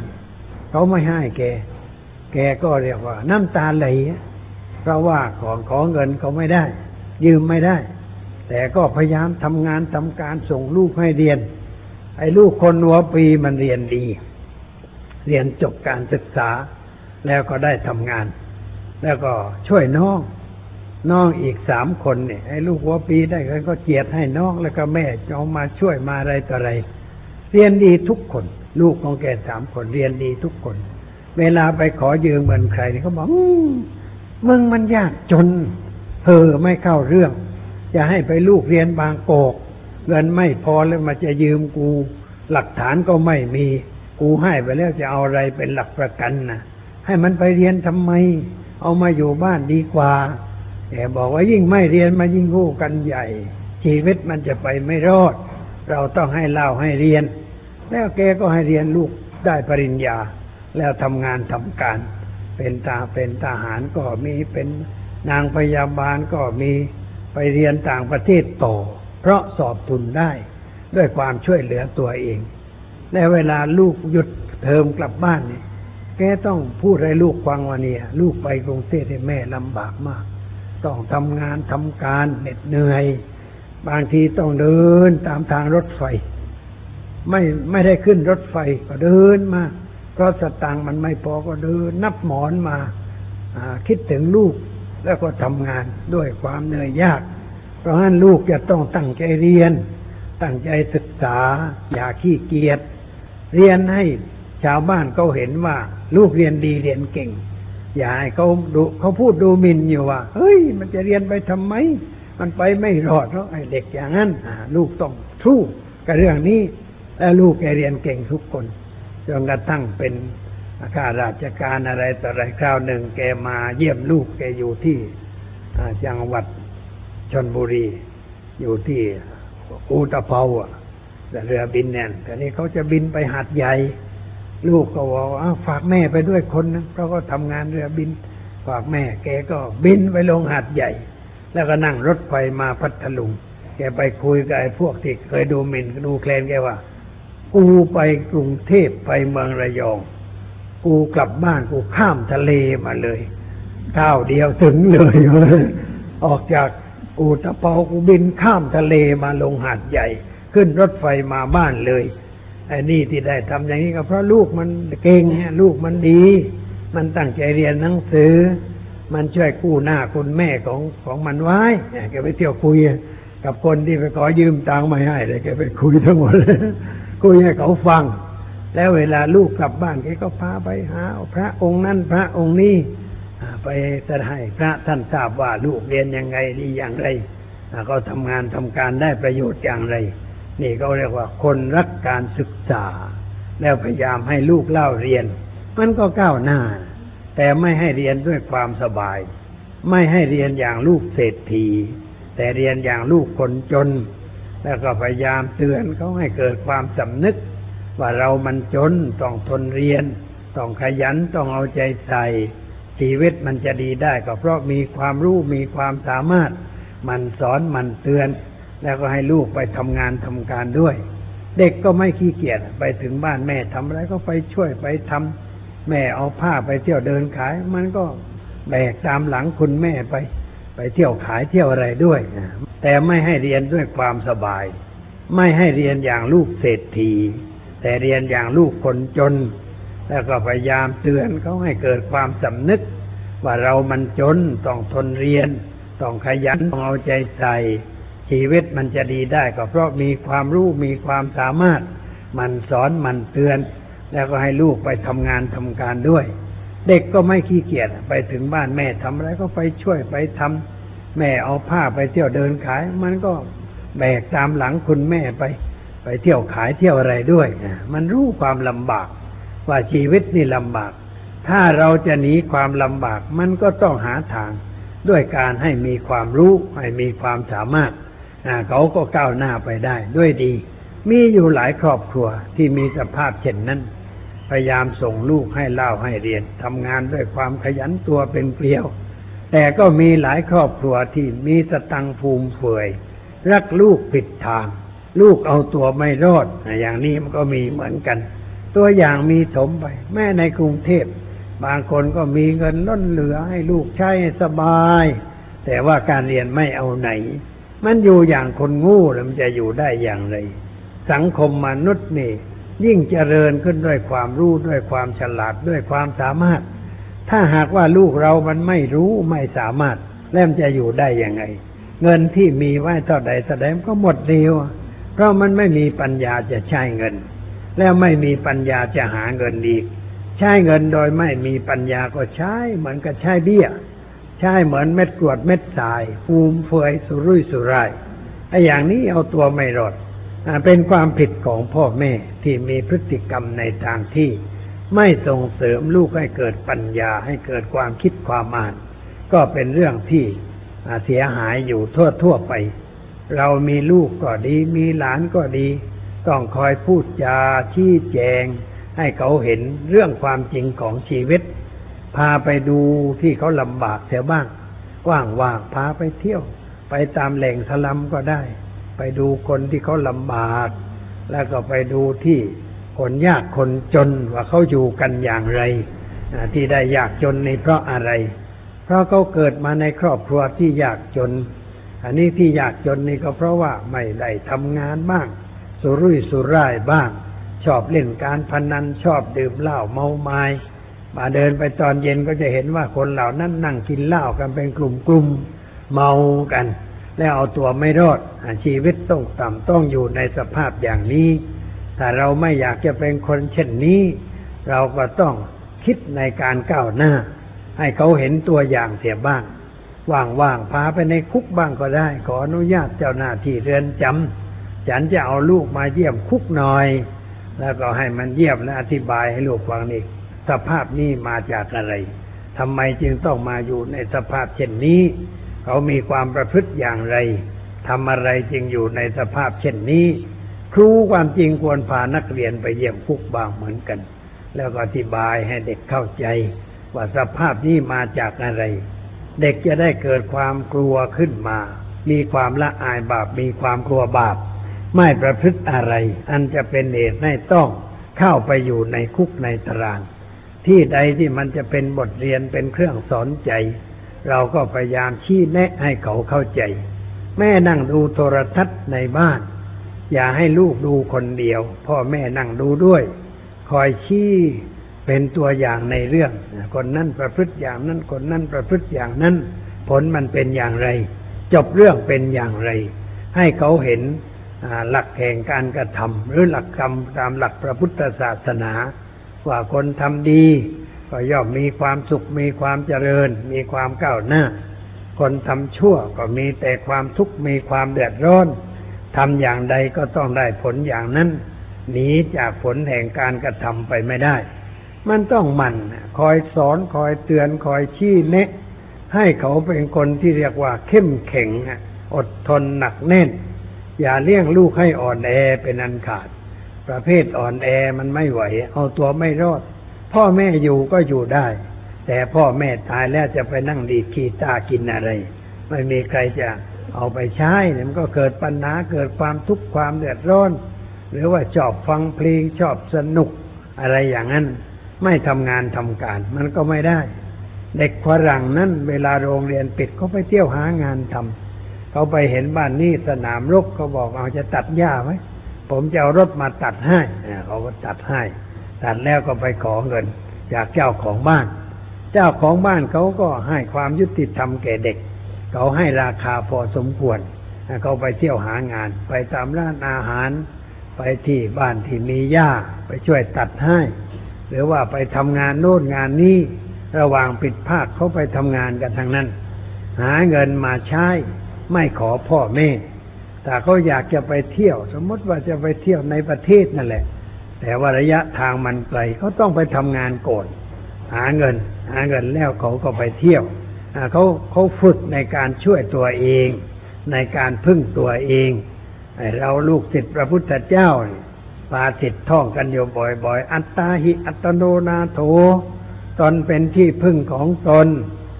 แกก็เรียกว่าน้ำตาไหลเพราะว่าขอเงินเขาไม่ได้ยืมไม่ได้แต่ก็พยายามทำงานทำการส่งลูกให้เรียนไอ้ลูกคนหัวปีมันเรียนดีเรียนจบการศึกษาแล้วก็ได้ทำงานแล้วก็ช่วยน้องอีก3 คนเนี่ยไอ้ลูกหัวปีได้ก็เจียดให้น้องแล้วก็แม่เอามาช่วยมาอะไรต่ออะไรเรียนดีทุกคนลูกของแก3 คนเรียนดีทุกคนเวลาไปขอยืมเงินใครนี่เขาบอกมึงมันยากจนไม่เข้าเรื่องจะให้ไปลูกเรียนบางกอกเงินไม่พอแล้วมาจะยืมกูหลักฐานก็ไม่มีกูให้ไปแล้วจะเอาอะไรเป็นหลักประกันนะให้มันไปเรียนทำไมเอามาอยู่บ้านดีกว่าแต่บอกว่ายิ่งไม่เรียนมายิ่งงู้กันใหญ่ชีวิตมันจะไปไม่รอดเราต้องให้เล่าให้เรียนแล้วแกก็ให้เรียนลูกได้ปริญญาแล้วทำงานทำการเป็นทหารก็มีเป็นนางพยาบาลก็มีไปเรียนต่างประเทศต่อเพราะสอบทุนได้ด้วยความช่วยเหลือตัวเองและเวลาลูกหยุดเทอมกลับบ้านนี่แกต้องพูดให้ลูกฟังว่าเนี่ยลูกไปกรุงเทพให้แม่ลำบากมากต้องทำงานทำการเหน็ดเหนื่อยบางทีต้องเดินตามทางรถไฟไม่ได้ขึ้นรถไฟก็เดินมาเพราะสตางค์มันไม่พอก็เดินนับหมอนมาคิดถึงลูกแล้วก็ทำงานด้วยความเหนื่อยยากเพราะฉะนั้นลูกจะต้องตั้งใจเรียนตั้งใจศึกษาอย่าขี้เกียจเรียนให้ชาวบ้านเขาเห็นว่าลูกเรียนดีเรียนเก่งอย่าให้เขาพูดดูหมิ่นอยู่ว่าเฮ้ยมันจะเรียนไปทำไมมันไปไม่รอดเพราะไอ้เด็กอย่างนั้นลูกต้องสู้กับเรื่องนี้แล้วลูกแกเรียนเก่งทุกคนจนกระทั่งเป็นข้าราชการอะไรต่ออะไรคราวหนึ่งแกมาเยี่ยมลูกแกอยู่ที่จังหวัดชลบุรีอยู่ที่อุตภเปาแต่เรือบินเนี่ยแต่นี้เขาจะบินไปหาดใหญ่ลูกก็บอกฝากแม่ไปด้วยคนนะเพราะก็ทำงานเรือบินฝากแม่แกก็บินไปลงหาดใหญ่แล้วก็นั่งรถไฟมาพัทลุงแกไปคุยกับไอ้พวกที่เคยดูหมิ่นดูแคลนแกว่ากูไปกรุงเทพไปเมืองระยองกูกลับบ้านกูข้ามทะเลมาเลยก้าวเดียวถึงเลยออกจากอุตภเปากูบินข้ามทะเลมาลงหาดใหญ่ขึ้นรถไฟมาบ้านเลยไอ้นี่ที่ได้ทำอย่างนี้ก็เพราะลูกมันเก่งลูกมันดีมันตั้งใจเรียนหนังสือมันช่วยกู้หน้าคุณแม่ของมันไว้แกไปเที่ยวคุยกับคนที่ไปขอยืมตังค์ไม่ให้เลยแกไปคุยทั้งหมดเลยคุยให้เขาฟังแล้วเวลาลูกกลับบ้านแกก็พาไปหาพระองค์นั้นพระองค์นี้ไปแสดงให้พระท่านทราบว่าลูกเรียนยังไงดีอย่างไรเขาทำงานทำการได้ประโยชน์อย่างไรนี่เขาเรียกว่าคนรักการศึกษาแล้วพยายามให้ลูกเล่าเรียนมันก็ก้าวหน้าแต่ไม่ให้เรียนด้วยความสบายไม่ให้เรียนอย่างลูกเศรษฐีแต่เรียนอย่างลูกคนจนแล้วก็พยายามเตือนเขาให้เกิดความสำนึกว่าเรามันจนต้องทนเรียนต้องขยันต้องเอาใจใส่ชีวิตมันจะดีได้ก็เพราะมีความรู้มีความสามารถมันสอนมันเตือนแล้วก็ให้ลูกไปทำงานทำการด้วยเด็กก็ไม่ขี้เกียจไปถึงบ้านแม่ทำอะไรก็ไปช่วยไปทำแม่เอาผ้าไปเที่ยวเดินขายมันก็แบกตามหลังคุณแม่ไปเที่ยวขายเที่ยวอะไรด้วยแต่ไม่ให้เรียนด้วยความสบายไม่ให้เรียนอย่างลูกเศรษฐีแต่เรียนอย่างลูกคนจนแล้วก็พยายามเตือนเขาให้เกิดความสำนึกว่าเรามันจนต้องทนเรียนต้องขยันต้องเอาใจใส่ชีวิตมันจะดีได้ก็เพราะมีความรู้มีความสามารถมันสอนมันเตือนแล้วก็ให้ลูกไปทำงานทำการด้วยเด็กก็ไม่ขี้เกียจไปถึงบ้านแม่ทำอะไรก็ไปช่วยไปทำแม่เอาผ้าไปเที่ยวเดินขายมันก็แบกตามหลังคุณแม่ไปเที่ยวขายเที่ยวอะไรด้วยมันรู้ความลำบากว่าชีวิตนี่ลำบากถ้าเราจะหนีความลำบากมันก็ต้องหาทางด้วยการให้มีความรู้ให้มีความสามารถเขาก็ก้าวหน้าไปได้ด้วยดีมีอยู่หลายครอบครัวที่มีสภาพเช่นนั้นพยายามส่งลูกให้เล่าให้เรียนทำงานด้วยความขยันตัวเป็นเกลียวแต่ก็มีหลายครอบครัวที่มีสตังค์ฟูมเฟือยรักลูกผิดทางลูกเอาตัวไม่รอดอย่างนี้มันก็มีเหมือนกันตัวอย่างมีถมไปแม่ในกรุงเทพบางคนก็มีเงินล้นเหลือให้ลูกใช้สบายแต่ว่าการเรียนไม่เอาไหนมันอยู่อย่างคนโง่แล้วมันจะอยู่ได้อย่างไรสังคมมนุษย์นี่ยิ่งเจริญขึ้นด้วยความรู้ด้วยความฉลาดด้วยความสามารถถ้าหากว่าลูกเรามันไม่รู้ไม่สามารถแล้วมันจะอยู่ได้ยังไงเงินที่มีไว้เท่าใดแสดงก็หมดเดียวเพราะมันไม่มีปัญญาจะใช้เงินแล้วไม่มีปัญญาจะหาเงินอีกใช้เงินโดยไม่มีปัญญาก็ใช้เหมือนกับใช้เบี้ยใช่เหมือนเม็ดกรวดเม็ดทรายฟูมเฟือยสุรุ่ยสุร่ายไอ้อย่างนี้เอาตัวไม่รอดเป็นความผิดของพ่อแม่ที่มีพฤติกรรมในทางที่ไม่ส่งเสริมลูกให้เกิดปัญญาให้เกิดความคิดความอ่านก็เป็นเรื่องที่เสียหายอยู่ทั่วไปเรามีลูกก็ดีมีหลานก็ดีต้องคอยพูดจาชี้แจงให้เขาเห็นเรื่องความจริงของชีวิตพาไปดูที่เขาลำบากเสียบ้างว่างๆพาไปเที่ยวไปตามแหล่งสลัมก็ได้ไปดูคนที่เขาลำบากแล้วก็ไปดูที่คนยากคนจนว่าเขาอยู่กันอย่างไรที่ได้ยากจนนี่เพราะอะไรเพราะเขาเกิดมาในครอบครัวที่ยากจนอันนี้ที่ยากจนนี่ก็เพราะว่าไม่ได้ทำงานบ้างสุรุ่ยสุร่ายบ้างชอบเล่นการพนันชอบดื่มเหล้าเมาไม้มาเดินไปตอนเย็นก็จะเห็นว่าคนเหล่านั้นนั่งกินเหล้ากันเป็นกลุ่มเมากันแล้วเอาตัวไม่รอดชีวิตต้องต่ำต้องอยู่ในสภาพอย่างนี้ถ้าเราไม่อยากจะเป็นคนเช่นนี้เราก็ต้องคิดในการก้าวหน้าให้เขาเห็นตัวอย่างเสียบ้างว่างๆพาไปในคุกบ้างก็ได้ขออนุญาตเจ้าหน้าที่เรือนจำฉันจะเอาลูกมาเยี่ยมคุกหน่อยแล้วก็ให้มันเยี่ยมและอธิบายให้ลูกฟังนี่สภาพนี้มาจากอะไรทำไมจึงต้องมาอยู่ในสภาพเช่นนี้เขามีความประพฤติอย่างไรทำอะไรจึงอยู่ในสภาพเช่นนี้ครูความจริงควรพานักเรียนไปเยี่ยมคุกบ้างเหมือนกันแล้วก็อธิบายให้เด็กเข้าใจว่าสภาพนี้มาจากอะไรเด็กจะได้เกิดความกลัวขึ้นมามีความละอายบาปมีความกลัวบาปไม่ประพฤติอะไรอันจะเป็นเหตุให้ต้องเข้าไปอยู่ในคุกในตารางที่ใดที่มันจะเป็นบทเรียนเป็นเครื่องสอนใจเราก็พยายามชี้แนะให้เขาเข้าใจแม่นั่งดูโทรทัศน์ในบ้านอย่าให้ลูกดูคนเดียวพ่อแม่นั่งดูด้วยคอยชี้เป็นตัวอย่างในเรื่องคนนั้นประพฤติอย่างนั้นคนนั้นประพฤติอย่างนั้นผลมันเป็นอย่างไรจบเรื่องเป็นอย่างไรให้เขาเห็นหลักแห่งการกระทำหรือหลักกรรมตามหลักพระพุทธศาสนาว่าคนทำดีก็ย่อมมีความสุขมีความเจริญมีความก้าวหน้าคนทำชั่วก็มีแต่ความทุกข์มีความเดือดร้อนทำอย่างใดก็ต้องได้ผลอย่างนั้นหนีจากผลแห่งการกระทำไปไม่ได้มันต้องหมั่นคอยสอนคอยเตือนคอยชี้แนะให้เขาเป็นคนที่เรียกว่าเข้มแข็งอดทนหนักแน่นอย่าเลี้ยงลูกให้อ่อนแอเป็นอันขาดประเภทอ่อนแอมันไม่ไหวเอาตัวไม่รอดพ่อแม่อยู่ก็อยู่ได้แต่พ่อแม่ตายแล้วจะไปนั่งดีดกีตาร์กินอะไรไม่มีใครจะเอาไปใช้มันก็เกิดปัญหาเกิดความทุกข์ความเดือดร้อนหรือว่าชอบฟังเพลงชอบสนุกอะไรอย่างนั้นไม่ทำงานทำการมันก็ไม่ได้เด็กฝรั่งนั้นเวลาโรงเรียนปิดเขาไปเที่ยวหางานทำเขาไปเห็นบ้านนี้สนามรบเขาบอกเอาจะตัดหญ้าไหมผมจะเอารถมาตัดให้เขาก็ตัดให้ตัดแล้วก็ไปขอเงินจากเจ้าของบ้านเจ้าของบ้านเขาก็ให้ความยุติธรรมแก่เด็กเขาให้ราคาพอสมควรเขาไปเที่ยวหางานไปตามร้านอาหารไปที่บ้านที่มีหญ้าไปช่วยตัดให้หรือว่าไปทำงานโน่นงานนี้ระหว่างปิดภาคเขาไปทำงานกันทางนั้นหาเงินมาใช้ไม่ขอพ่อแม่แต่เขาอยากจะไปเที่ยวสมมติว่าจะไปเที่ยวในประเทศนั่นแหละแต่ว่าระยะทางมันไกลเขาต้องไปทำงานก่อนหาเงินแล้วเขาก็ไปเที่ยวเขาฝึกในการช่วยตัวเองในการพึ่งตัวเองเราลูกศิษย์พระพุทธเจ้าปาศิษย์ท่องกันอยู่บ่อยๆอัตตาหิอัตโนนาโถตนเป็นที่พึ่งของตน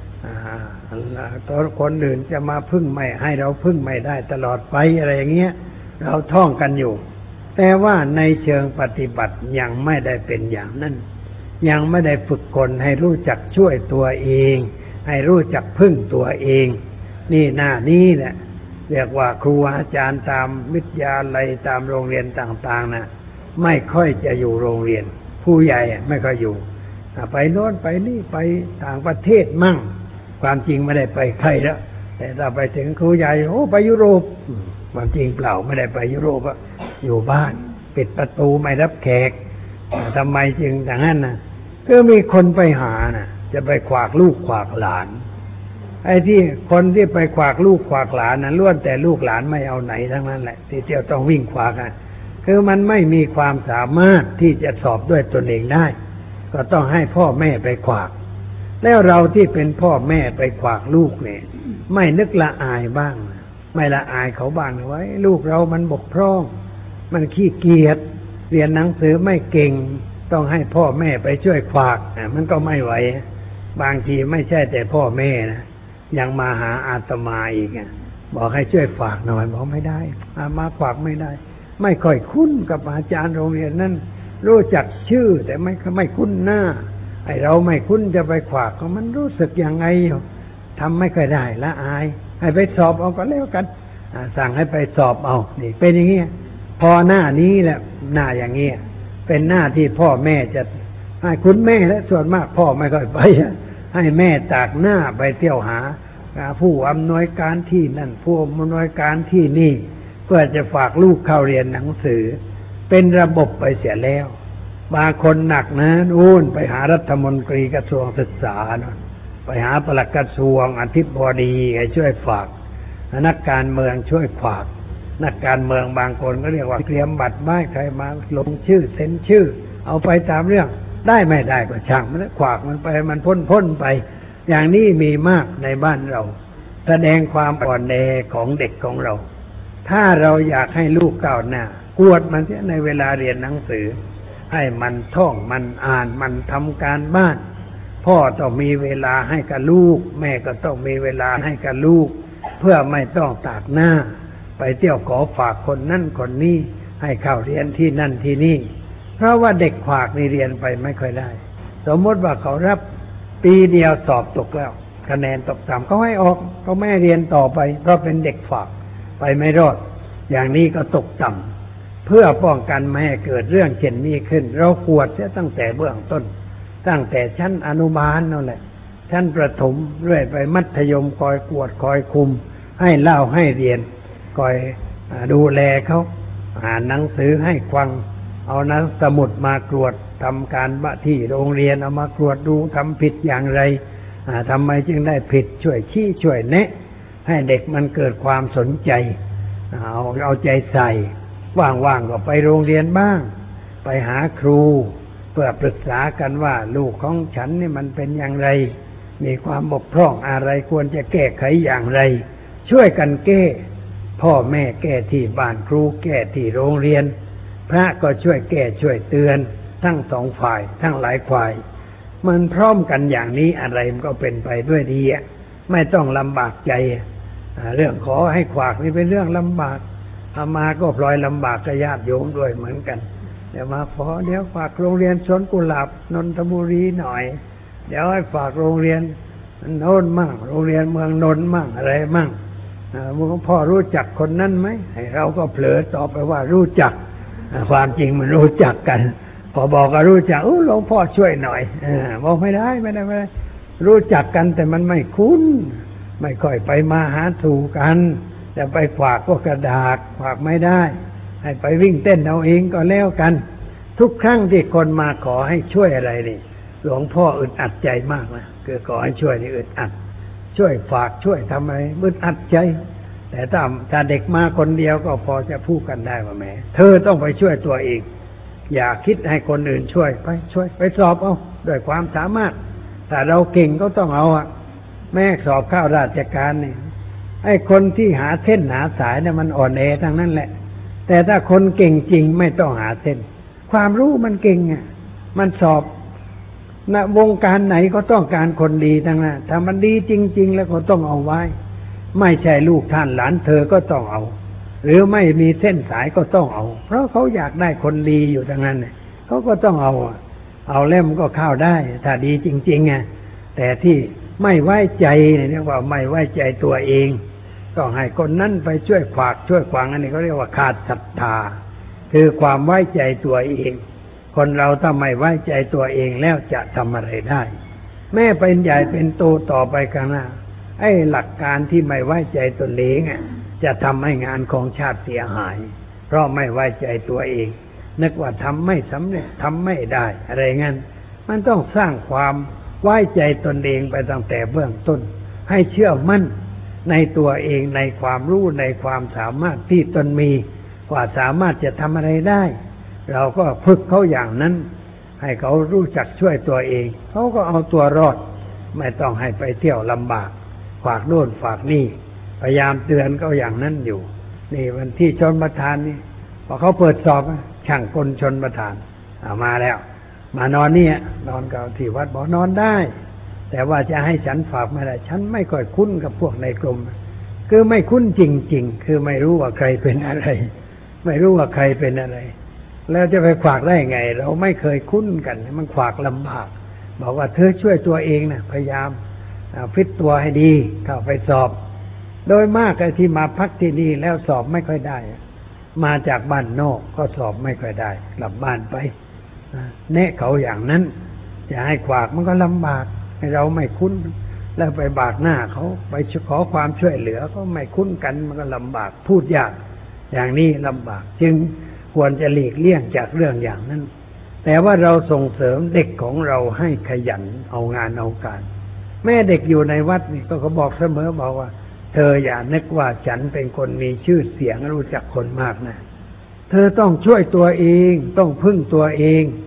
ตัวคนอื่นจะมาพึ่งไม่ให้เราพึ่งไม่ได้ตลอดไปอะไรอย่างเงี้ยเราท่องกันอยู่แต่ว่าในเชิงปฏิบัติยังไม่ได้เป็นอย่างนั้นยังไม่ได้ฝึกคนให้รู้จักช่วยตัวเองให้รู้จักพึ่งตัวเองนี่หน้านี้แหละเรียกว่าครูอาจารย์ตามวิทยาลัยตามโรงเรียนต่างๆนะไม่ค่อยจะอยู่โรงเรียนผู้ใหญ่ไม่ค่อยอยู่ไปโน่นไปนี่ไปต่างประเทศมั่งความจริงไม่ได้ไปใครแล้วแต่ถ้าไปถึงครูใหญ่โอ้ไปยุโรปความจริงเปล่าไม่ได้ไปยุโรปอยู่บ้านปิดประตูไม่รับแขกทำไมจึงอย่างนั้นนะก็มีคนไปหานะจะไปขวากลูกขวากหลานไอ้ที่คนที่ไปขวากลูกขวากหลานนั้นล้วนแต่ลูกหลานไม่เอาไหนทั้งนั้นแหละที่เที่ยวต้องวิ่งขวากคือมันไม่มีความสามารถที่จะสอบด้วยตนเองได้ก็ต้องให้พ่อแม่ไปขวากแล้วเราที่เป็นพ่อแม่ไปขวากลูกเนี่ยไม่นึกละอายบ้างไม่ละอายเขาบ้างไว้ลูกเรามันบกพร่องมันขี้เกียจเรียนหนังสือไม่เก่งต้องให้พ่อแม่ไปช่วยขวากมันก็ไม่ไหวบางทีไม่ใช่แต่พ่อแม่นะยังมาหาอาตมาอีกบอกให้ช่วยฝากหน่อยบอกไม่ได้มาฝากไม่ได้ไม่ค่อยคุ้นกับอาจารย์โรงเรียนนั้นรู้จักชื่อแต่ไม่คุ้นหน้าไอ้เราไม่คุ้นจะไปฝากมันรู้สึกยังไงทำไม่ค่อยได้ละอายให้ไปสอบเอาก็แล้วกันสั่งให้ไปสอบเอานี่เป็นอย่างเงี้ยพอหน้านี้แหละหน้าอย่างเงี้ยเป็นหน้าที่พ่อแม่จะให้คุณแม่และส่วนมากพ่อไม่ค่อยไปให้แม่ตากหน้าไปเที่ยวหาผู้อำนวยการที่นั่นผู้อำนวยการที่นี่เพื่อจะฝากลูกเข้าเรียนหนังสือเป็นระบบไปเสียแล้วบางคนหนักนะนู่นไปหารัฐมนตรีกระทรวงศึกษาไปหาปลัดกระทรวงอธิบดีให้ช่วยฝากนักการเมืองช่วยฝากนักการเมืองบางคนก็เรียกว่าเตรียมบัตรไม้ใครมาลงชื่อเซ็นชื่อเอาไปตามเรื่องได้ไม่ได้ก็ช่างมันขวากมันไปมันพ้นไปอย่างนี้มีมากในบ้านเราแสดงความอ่อนแอของเด็กของเราถ้าเราอยากให้ลูกก้าวหน้ากวดมันเสียในเวลาเรียนหนังสือให้มันท่องมันอ่านมันทำการบ้านพ่อต้องมีเวลาให้กับลูกแม่ก็ต้องมีเวลาให้กับลูกเพื่อไม่ต้องตากหน้าไปเที่ยวขอฝากคนนั่นคนนี้ให้เข้าเรียนที่นั่นที่นี่เพราะว่าเด็กฝากนี่เรียนไปไม่ค่อยได้สมมติว่าเขารับปีเดียวสอบตกแล้วคะแนนตกต่ำเขาให้ออกเขาไม่เรียนต่อไปเพราะเป็นเด็กฝากไปไม่รอดอย่างนี้ก็ตกต่ำเพื่อป้องกันไม่ให้เกิดเรื่องเช่นนี้ขึ้นเรากวดเสียตั้งแต่เบื้องต้นตั้งแต่ชั้นอนุบาลนั่นแหละชั้นประถมเรื่อยไปมัธยมคอยกวดคอยคุมให้เล่าให้เรียนคอยดูแลเขาอ่านหนังสือให้ฟังเอาหนังสมุดมากรวดทำการบ้านที่โรงเรียนเอามากรวดดูทำผิดอย่างไรทำไมจึงได้ผิดช่วยชี้ช่วยแนะให้เด็กมันเกิดความสนใจเอาใจใส่ว่างๆก็ไปโรงเรียนบ้างไปหาครูเพื่อปรึกษากันว่าลูกของฉันนี่มันเป็นอย่างไรมีความบกพร่องอะไรควรจะแก้ไขอย่างไรช่วยกันแก้พ่อแม่แก้ที่บ้านครูแก้ที่โรงเรียนพระก็ช่วยแก้ช่วยเตือนทั้งสองฝ่ายทั้งหลายฝ่ายมันพร้อมกันอย่างนี้อะไรมันก็เป็นไปด้วยดีไม่ต้องลำบากใจเรื่องขอให้ขวากนี่เป็นเรื่องลำบากอามาก็พลอยลำบากกับญาติโยมด้วยเหมือนกันเดี๋ยวมาขอเดี๋ยวฝากโรงเรียนสวนกุหลาบนนทบุรีหน่อยเดี๋ยวให้ฝากโรงเรียนโน่นมั่งโรงเรียนเมืองนนท์มั่งอะไรมั่งหลวงพ่อรู้จักคนนั้นไหมให้เราก็เผลอตอบไปว่ารู้จักความจริงมันรู้จักกันพอบอกก็รู้จักหลวงพ่อช่วยหน่อยบอกไม่ได้รู้จักกันแต่มันไม่คุ้นไม่ค่อยไปมาหาถูกกันจะไปฝากก็กระดาษฝากไม่ได้ให้ไปวิ่งเต้นเอาเองก็แล้วกันทุกครั้งที่คนมาขอให้ช่วยอะไรนี่หลวงพ่ออึดอัดใจมากนะคือขอให้ช่วยนี่อึดอัดช่วยฝากช่วยทำอะไรอึดอัดใจแต่ถ้าเด็กมาคนเดียวก็พอจะพูดกันได้ว่าแหมเธอต้องไปช่วยตัวเองอย่าคิดให้คนอื่นช่วยไปสอบเอาด้วยความสามารถถ้าเราเก่งก็ต้องเอาแม่สอบเข้าราชการนี่ไอ้คนที่หาเส้นหาสายเนี่ยมันอ่อนแอทั้งนั้นแหละแต่ถ้าคนเก่งจริงไม่ต้องหาเส้นความรู้มันเก่งมันสอบวงการไหนก็ต้องการคนดีทั้งนั้นถ้ามันดีจริงๆแล้วก็ต้องเอาไว้ไม่ใช่ลูกท่านหลานเธอก็ต้องเอาหรือไม่มีเส้นสายก็ต้องเอาเพราะเขาอยากได้คนดีอยู่ทั้งนั้นเขาก็ต้องเอาแล้วมันก็เข้าได้ถ้าดีจริงๆแต่ที่ไม่ไว้ใจเนี่ยเรียกว่าไม่ไว้ใจตัวเองต้องให้คนนั้นไปช่วยฝากช่วยขวางอันนี้เขาเรียกว่าขาดศรัทธาคือความไว้ใจตัวเองคนเราถ้าไม่ไว้ใจตัวเองแล้วจะทำอะไรได้แม่เป็นใหญ่เป็นโตต่อไปข้างหน้าไอ้หลักการที่ไม่ไว้ใจตนเองจะทำให้งานของชาติเสียหายเพราะไม่ไว้ใจตัวเองนึกว่าทำไม่สำเร็จทำไม่ได้อะไรงั้นมันต้องสร้างความไว้ใจตนเองไปตั้งแต่เบื้องต้นให้เชื่อมั่นในตัวเองในความรู้ในความสามารถที่ตนมีว่าสามารถจะทำอะไรได้เราก็ฝึกเขาอย่างนั้นให้เขารู้จักช่วยตัวเองเขาก็เอาตัวรอดไม่ต้องให้ไปเที่ยวลำบากฝากโน่นฝากนี่พยายามเตือนเขาอย่างนั้นอยู่นี่วันที่ชนประทานนี่พอเขาเปิดสอบช่างกลชนประทานมาแล้วมานอนเนี่ยนอนกับที่วัดบอกนอนได้แต่ว่าจะให้ฉันฝากไม่ได้ฉันไม่ค่อยคุ้นกับพวกในกรมคือไม่คุ้นจริงๆคือไม่รู้ว่าใครเป็นอะไรไม่รู้ว่าใครเป็นอะไรแล้วจะไปฝากได้ไงเราไม่เคยคุ้นกันมันฝากลำบากบอกว่าเธอช่วยตัวเองนะพยายามฟิตตัวให้ดีเข้าไปสอบโดยมากไอ้ที่มาพักที่นี่แล้วสอบไม่ค่อยได้มาจากบ้านนอกก็สอบไม่ค่อยได้กลับบ้านไปแนะเขาอย่างนั้นจะให้ฝากมันก็ลำบากให้เราไม่คุ้นแล้วไปบากหน้าเขาไปขอความช่วยเหลือก็ไม่คุ้นกันมันก็ลำบากพูดยากอย่างนี้ลำบากจึงควรจะหลีกเลี่ยงจากเรื่องอย่างนั้นแต่ว่าเราส่งเสริมเด็กของเราให้ขยันเอางานเอาการแม่เด็กอยู่ในวัดนี่ก็เขาบอกเสมอบอกว่าเธออย่านึกว่าฉันเป็นคนมีชื่อเสียงรู้จักคนมากนะเธอต้องช่วยตัวเองต้องพึ่งตัวเอง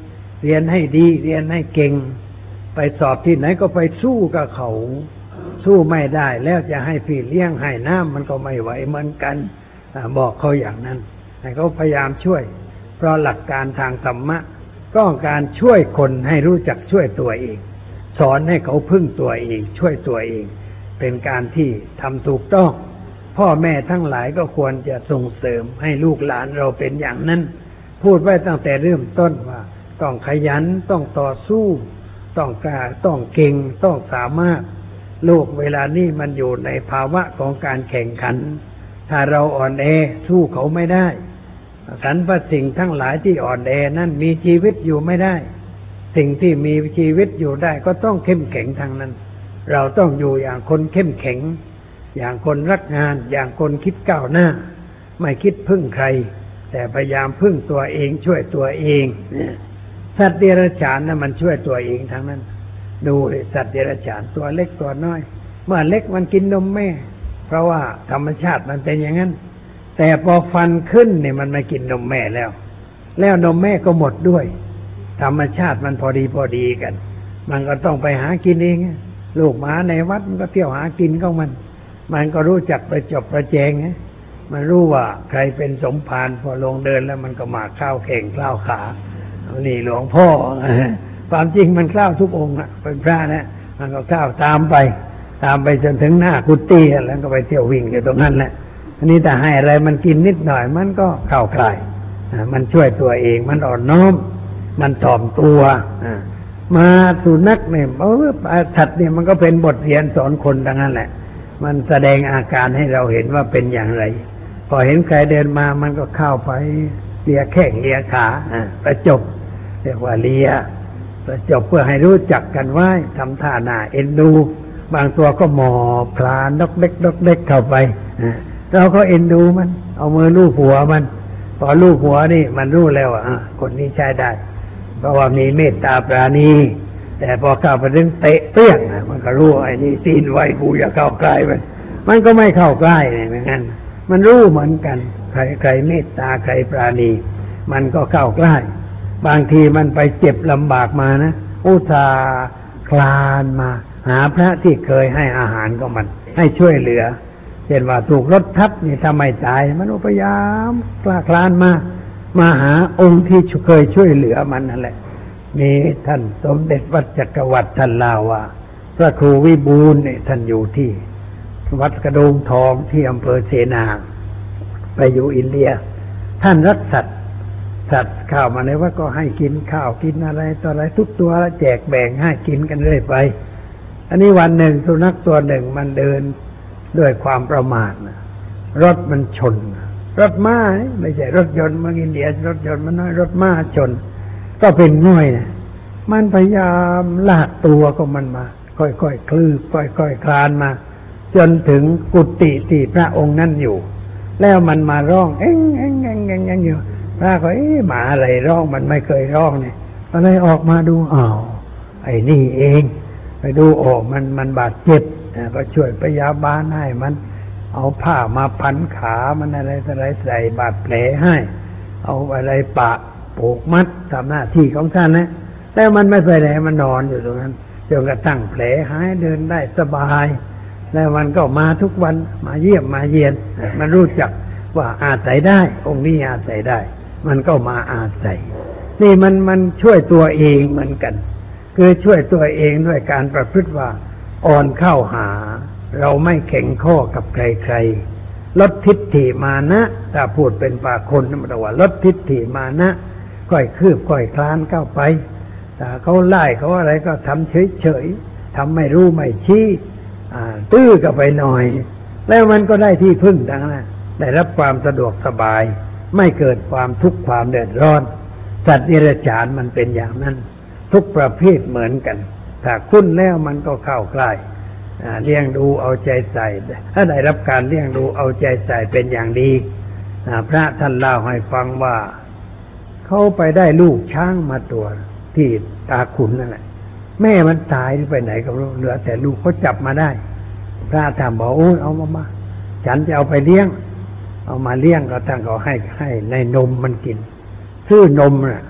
เรียนให้ดีเรียนให้เก่งไปสอบที่ไหนก็ไปสู้กับเขาสู้ไม่ได้แล้วจะให้พี่เลี้ยงให้น้ำมันก็ไม่ไหวเหมือนกันบอกเขาอย่างนั้นให้เขาพยายามช่วยเพราะหลักการทางธรรมะก็การช่วยคนให้รู้จักช่วยตัวเองสอนให้เขาพึ่งตัวเองช่วยตัวเองเป็นการที่ทำถูกต้องพ่อแม่ทั้งหลายก็ควรจะส่งเสริมให้ลูกหลานเราเป็นอย่างนั้นพูดไว้ตั้งแต่เริ่มต้นว่าต้องขยันต้องต่อสู้ต้องกล้าต้องเก่งต้องสามารถโลกเวลานี้มันอยู่ในภาวะของการแข่งขันถ้าเราอ่อนแอสู้เขาไม่ได้สรรพสิ่งทั้งหลายที่อ่อนแอนั้นมีชีวิตอยู่ไม่ได้สิ่งที่มีชีวิตอยู่ได้ก็ต้องเข้มแข็งทางนั้นเราต้องอยู่อย่างคนเข้มแข็งอย่างคนรักงานอย่างคนคิดก้าวหน้าไม่คิดพึ่งใครแต่พยายามพึ่งตัวเองช่วยตัวเองสัตว์เดรัจฉานน่ะมันช่วยตัวเองทั้งนั้นดูสัตว์เดรัจฉานตัวเล็กตัวน้อยเมื่อเล็กมันกินนมแม่เพราะว่าธรรมชาติมันเป็นอย่างนั้นแต่พอฟันขึ้นเนี่ยมันไม่กินนมแม่แล้วนมแม่ก็หมดด้วยธรรมชาติมันพอดีกันมันก็ต้องไปหากินเองลูกหมาในวัดมันก็เที่ยวหากินของมันก็รู้จักประจบประแจงมันรู้ว่าใครเป็นสมภารพอลงเดินแล้วมันก็มาข้าวเข่งข้าวขานี่หลวงพ่อความจริงมันข้าวทุกองค์เป็นพระนะมันก็ข้าวตามไปจนถึงหน้ากุฏิแล้วก็ไปเที่ยววิ่งอยู่ตรงนั้นแหละอันนี้แต่ให้อะไรมันกินนิดหน่อยมันก็เข้าคลายมันช่วยตัวเองมันอ่อนน้อมมันถ่อมตัวมาสุนัขเนี่ยสัตว์เนี่ยมันก็เป็นบทเรียนสอนคนดังนั้นแหละมันแสดงอาการให้เราเห็นว่าเป็นอย่างไรพอเห็นใครเดินมามันก็เข้าไปเลียแข้งเลียขาประจบเรียกว่าเลียประจบเพื่อให้รู้จักกันไว้ทำท่าหน้าเอ็นดูบางตัวก็หมอบคลานดอกเล็กเข้าไปเราก็เอ็นดูมันเอามือลูบหัวมันพอลูบหัวนี่มันรู้แล้วคนนี้ใช้ได้เพราะว่ามีเมตตาปราณีแต่พอเข้าไปถึงเตะเปี้ยงมันก็รู้ไอ้นี่ตีนไว้กูอย่าเข้าใกล้มันก็ไม่เข้าใกล้เหมือนกันมันรู้เหมือนกันใครเมตตาใครปราณีมันก็เข้าใกล้บางทีมันไปเจ็บลำบากมานะอุตส่าห์คลานมาหาพระที่เคยให้อาหารก็มันให้ช่วยเหลือเช่นว่าถูกรถทับนี่ทำไมตายมันพยายามกล้าคลานมาหาองค์ที่เคยช่วยเหลือมันนั่นแหละมีท่านสมเด็จวัดจักรวรรดิท่านเล่าว่าพระครูวิบูลย์เนี่ยท่านอยู่ที่วัดกระโดงทองที่อำเภอเสนาไปอยู่อินเดียท่านรักสัตว์ข้าวมาในวัดก็ให้กินข้าวกินอะไรต่ออะไรทุกตัวแล้วแจกแบ่งให้กินกันเรื่อยไปอันนี้วันหนึ่งสุนัขตัวหนึ่งมันเดินด้วยความประมาทรถมันชนรถม้าไม่ใช่รถยนต์เมืองอินเดียรถยนต์มันน้อยรถม้าชนก็เป็นง่อยนะมันพยายามลากตัวของมันมาค่อยๆคลืบค่อยๆคลานมาจนถึงกุฏิที่พระองค์นั้นอยู่แล้วมันมาร้องเอ็งอยู่พระก็หมาอะไรร้องมันไม่เคยร้องเนี่ยอะไรออกมาดูอ้าวไอ้นี่เองไปดูมันบาดเจ็บก็ช่วยพยาบาลให้มันเอาผ้ามาพันขามันอะไรใส่บาดแผลให้เอาอะไรปะผูกมัดทำหน้าที่ของท่านนะแต่มันไม่ไปไหนมันนอนอยู่ตรงนั้นจนกระทั่งแผลหายเดินได้สบายแล้วมันก็มาทุกวันมาเยี่ยมมาเยียนมันรู้จักว่าอาศัยได้องค์นี้อาศัยได้มันก็มาอาศัยนี่มันช่วยตัวเองเหมือนกันคือช่วยตัวเองด้วยการประพฤติว่าอ่อนเข้าหาเราไม่แข็งข้อกับใครๆลดทิฏฐิมานะถ้าพูดเป็นปากคนนั่นหมายว่าลดทิฏฐิมานะค่อยคืบค่อยคลานเข้าไปถ้าเขาไล่เขาอะไรก็ทำเฉยๆทำไม่รู้ไม่ชี้ตื้อกับไปหน่อยแล้วมันก็ได้ที่พึ่งดังนั้นได้รับความสะดวกสบายไม่เกิดความทุกข์ความเดือดร้อนสัตว์เดรัจฉานมันเป็นอย่างนั้นทุกประเภทเหมือนกันถ้าคุ้นแล้วมันก็เข้าใกล้เลี้ยงดูเอาใจใส่ถ้าได้รับการเลี้ยงดูเอาใจใส่เป็นอย่างดีพระท่านเล่าให้ฟังว่าเขาไปได้ลูกช้างมาตัวที่ตาขุนนั่นแหละแม่มันตายไปไหนก็ไม่รู้เหลือแต่ลูกเขาจับมาได้พระถามบอกโอ้ยเอามาฉันจะเอาไปเลี้ยงเอามาเลี้ยงก็ตั้งเขาให้ในนมมันกินชื่อนมน่ะ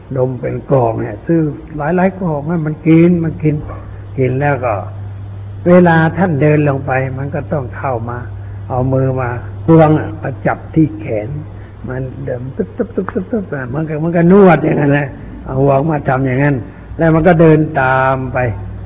นมเป็นกล่องเนี่ยซื้อหลายๆกล่องให้มันกินแล้วก็เวลาท่านเดินลงไปมันก็ต้องเข้ามาเอามือมาควงมาจับที่แขนมันเดิมตึ๊บมันก็นวดอย่างนั้นแหละเอาห่วงมาทำอย่างนั้นแล้วมันก็เดินตามไป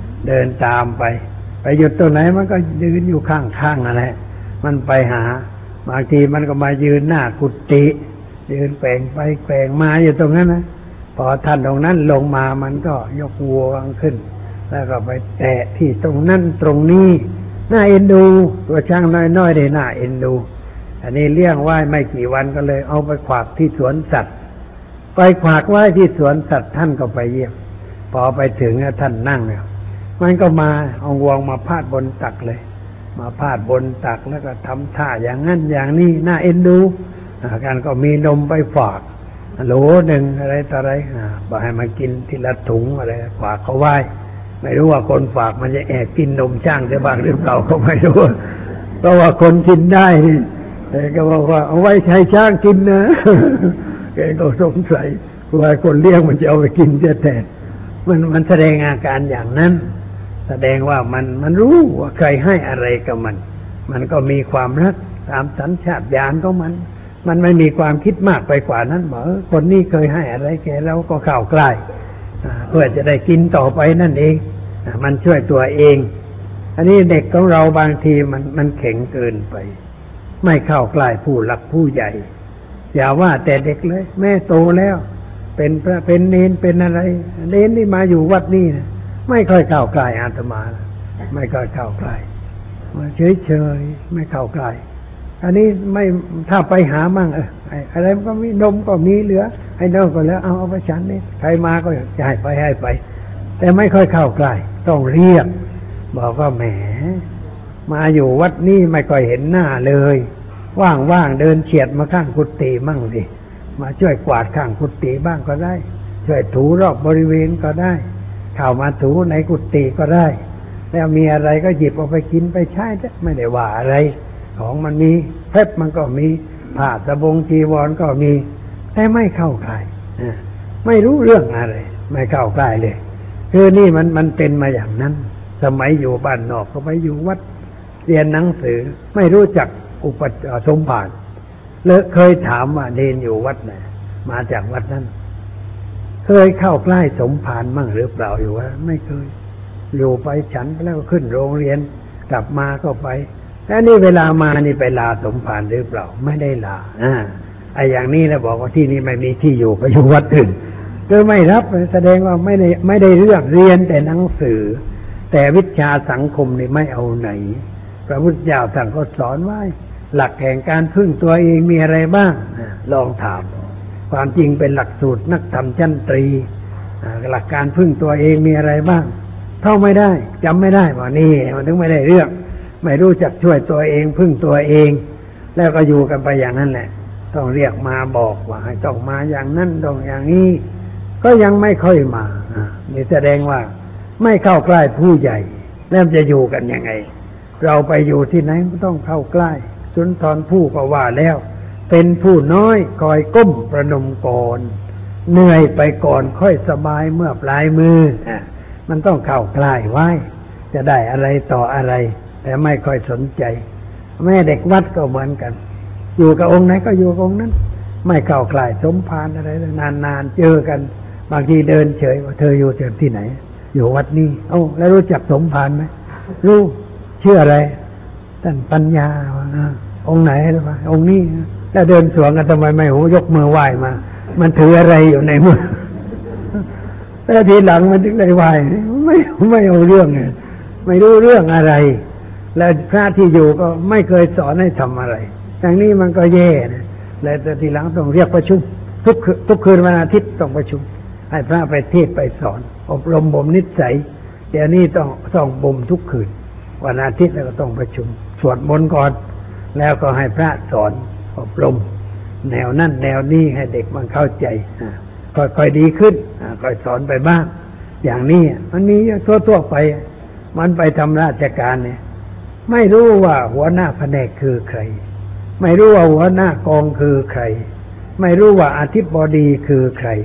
ไปหยุดตัวไหนมันก็ยืนอยู่ข้างๆอะไรมันไปหาบางทีมันก็มายืนหน้ากุฏิยืนแกว่งไปแกว่งมาอยู่ตรงนั้นนะพอท่านตรงนั้นลงมามันก็ยกวัวขึ้นแล้วก็ไปแตะที่ตรงนั้นตรงนี้น่าเอ็นดูตัวช่างน้อยๆได้น่าเอ็นดูอันนี้เลี้ยงไว้ไม่กี่วันก็เลยเอาไปขวากที่สวนสัตว์ไปขวากไว้ที่สวนสัตว์ท่านก็ไปเยี่ยมพอไปถึงท่านนั่งเนี่ยมันก็มาเอางวงมาพาดบนตักเลยมาพาดบนตักแล้วก็ทำท่าอย่างนั้นอย่างนี้น่าเอ็นดูกันก็มีนมไปฝากโหลหนึ่งอะไรต่ออะไรบอกให้มากินทีละถุงอะไรฝากเขาไว้ไม่รู้ว่าคนฝากมันจะแอบกินนมช่างได้บ้างหรือเปล่าก็ไม่รู้เพราะว่าคนกินได้แต่ก็บอกว่าเอาไว้ใช้ช่างกินนะแกก็สงสัยว่าคนเลี้ยงมันจะเอาไปกินแท้มันแสดงอาการอย่างนั้นแสดงว่ามันรู้ว่าใครให้อะไรกับมันก็มีความรักตามสัญชาตญาณของมันไม่มีความคิดมากไปกว่านั้นบอกคนนี้เคยให้อะไรแกเราก็เข้าใกล้เพื่อจะได้กินต่อไปนั่นเองมันช่วยตัวเองอันนี้เด็กของเราบางทีมันแข็งเกินไปไม่เข้าใกล้ผู้หลักผู้ใหญ่อย่าว่าแต่เด็กเลยแม่โตแล้วเป็นพระเป็นเนนเป็นอะไรเนนที่มาอยู่วัดนี่นะไม่ค่อยเข้าใกล้อาตมาไม่ค่อยเข้าใกล้มาเฉยๆไม่เข้าใกล้อันนี้ไม่ถ้าไปหามั่งอะไรมันก็มีนมก็มีเหลือให้น้องก็แล้วเอาไปฉันนี่ใครมาก็จะให้ไปแต่ไม่ค่อยเข้าใกล้ต้องเรียกบอกว่าแหมมาอยู่วัดนี้ไม่ค่อยเห็นหน้าเลยว่างๆเดินเฉียดมาข้างกุฏิมั่งดิมาช่วยกวาดข้างกุฏิบ้างก็ได้ช่วยถูรอบบริเวณก็ได้เข้ามาถูในกุฏิก็ได้แล้วมีอะไรก็หยิบเอาไปกินไปใช้ไม่ได้ว่าอะไรของมันมีเพชรมันก็มีผ้าสบงจีวรก็มีแต่ไม่เข้าใกล้ไม่รู้เรื่องอะไรไม่เข้าใกล้เลยคือนี่มันเป็นมาอย่างนั้นสมัยอยู่บ้านนอกก็ไปอยู่วัดเรียนหนังสือไม่รู้จักอุปสมภารเลยเคยถามว่าเนนอยู่วัดไหนมาจากวัดนั้นเคยเข้าใกล้สมภารมั่งหรือเปล่าอยู่ว่าไม่เคยอยู่ไปฉันแล้วก็ขึ้นโรงเรียนกลับมาก็ไปแล้วนี่เวลามานี่ไปลาสมภารหรือเปล่าไม่ได้ลาไอ้อย่างนี้แล้วบอกว่าที่นี่ไม่มีที่อยู่ไปอยู่วัดอื่นก็ไม่รับแสดงว่าไม่ได้เรื่องเรียนแต่หนังสือแต่วิชาสังคมนี่ไม่เอาไหนพระพุทธเจ้าท่านก็สอนไว้หลักแห่งการพึ่งตัวเองมีอะไรบ้างลองถามความจริงเป็นหลักสูตรนักธรรมชั้นตรีหลักการพึ่งตัวเองมีอะไรบ้างท่องไม่ได้จำไม่ได้ว่านี่มันถึงไม่ได้เรื่องไม่รู้จักช่วยตัวเองพึ่งตัวเองแล้วก็อยู่กันไปอย่างนั้นแหละต้องเรียกมาบอกว่าให้ต้องมาอย่างนั้นต้องอย่างนี้ก็ยังไม่ค่อยมานี่แสดงว่าไม่เข้าใกล้ผู้ใหญ่แล้วจะอยู่กันยังไงเราไปอยู่ที่ไหนก็ต้องเข้าใกล้สุนทรภู่ก็ว่าแล้วเป็นผู้น้อยคอยก้มประนมก่อนเหนื่อยไปก่อนค่อยสบายเมื่อปลายมือมันต้องเข้าใกล้ไว้จะได้อะไรต่ออะไรแต่ไม่ค่อยสนใจแม่เด็กวัดก็เหมือนกันอยู่กับองค์ไหนก็อยู่กับองค์นั้นไม่เข้าใกล้สมภารอะไรนานๆเจอกันบางทีเดินเฉยว่าเธออยู่ที่ไหนอยู่วัดนี้แล้วรู้จักสมภารไหมรู้ชื่ออะไรท่านปัญญาองค์ไหนหรือเปล่าองค์นี้แล้วเดินสวนกันทำไมไม่ยกมือไหว้มามันถืออะไรอยู่ในมือแล้วทีหลังมันถึงได้ไหว้ไม่เอาเรื่องเนี่ยไม่รู้เรื่องอะไรแล้วพระที่อยู่ก็ไม่เคยสอนให้ทำอะไรอย่างนี้มันก็แย่นะแล้วทีหลังต้องเรียกประชุมทุกคืนวันอาทิตย์ต้องประชุมให้พระไปเทศไปสอนอบรมบ่มนิสัยเดี๋ยวนี้ต้องบ่มทุกคืนวันอาทิตย์แล้วก็ต้องประชุมสวดมนต์ก่อนแล้วก็ให้พระสอนอบรมแนวนั่นแนวนี้ให้เด็กมันเข้าใจค่อยๆดีขึ้นค่อยสอนไปบ้างอย่างนี้มันมีทั่วไปมันไปทำราชการเนี่ยไม่รู้ว่าหัวหน้าแผนกคือใครไม่รู้ว่าหัวหน้ากองคือใครไม่รู้ว่าอธิบดีคือใคร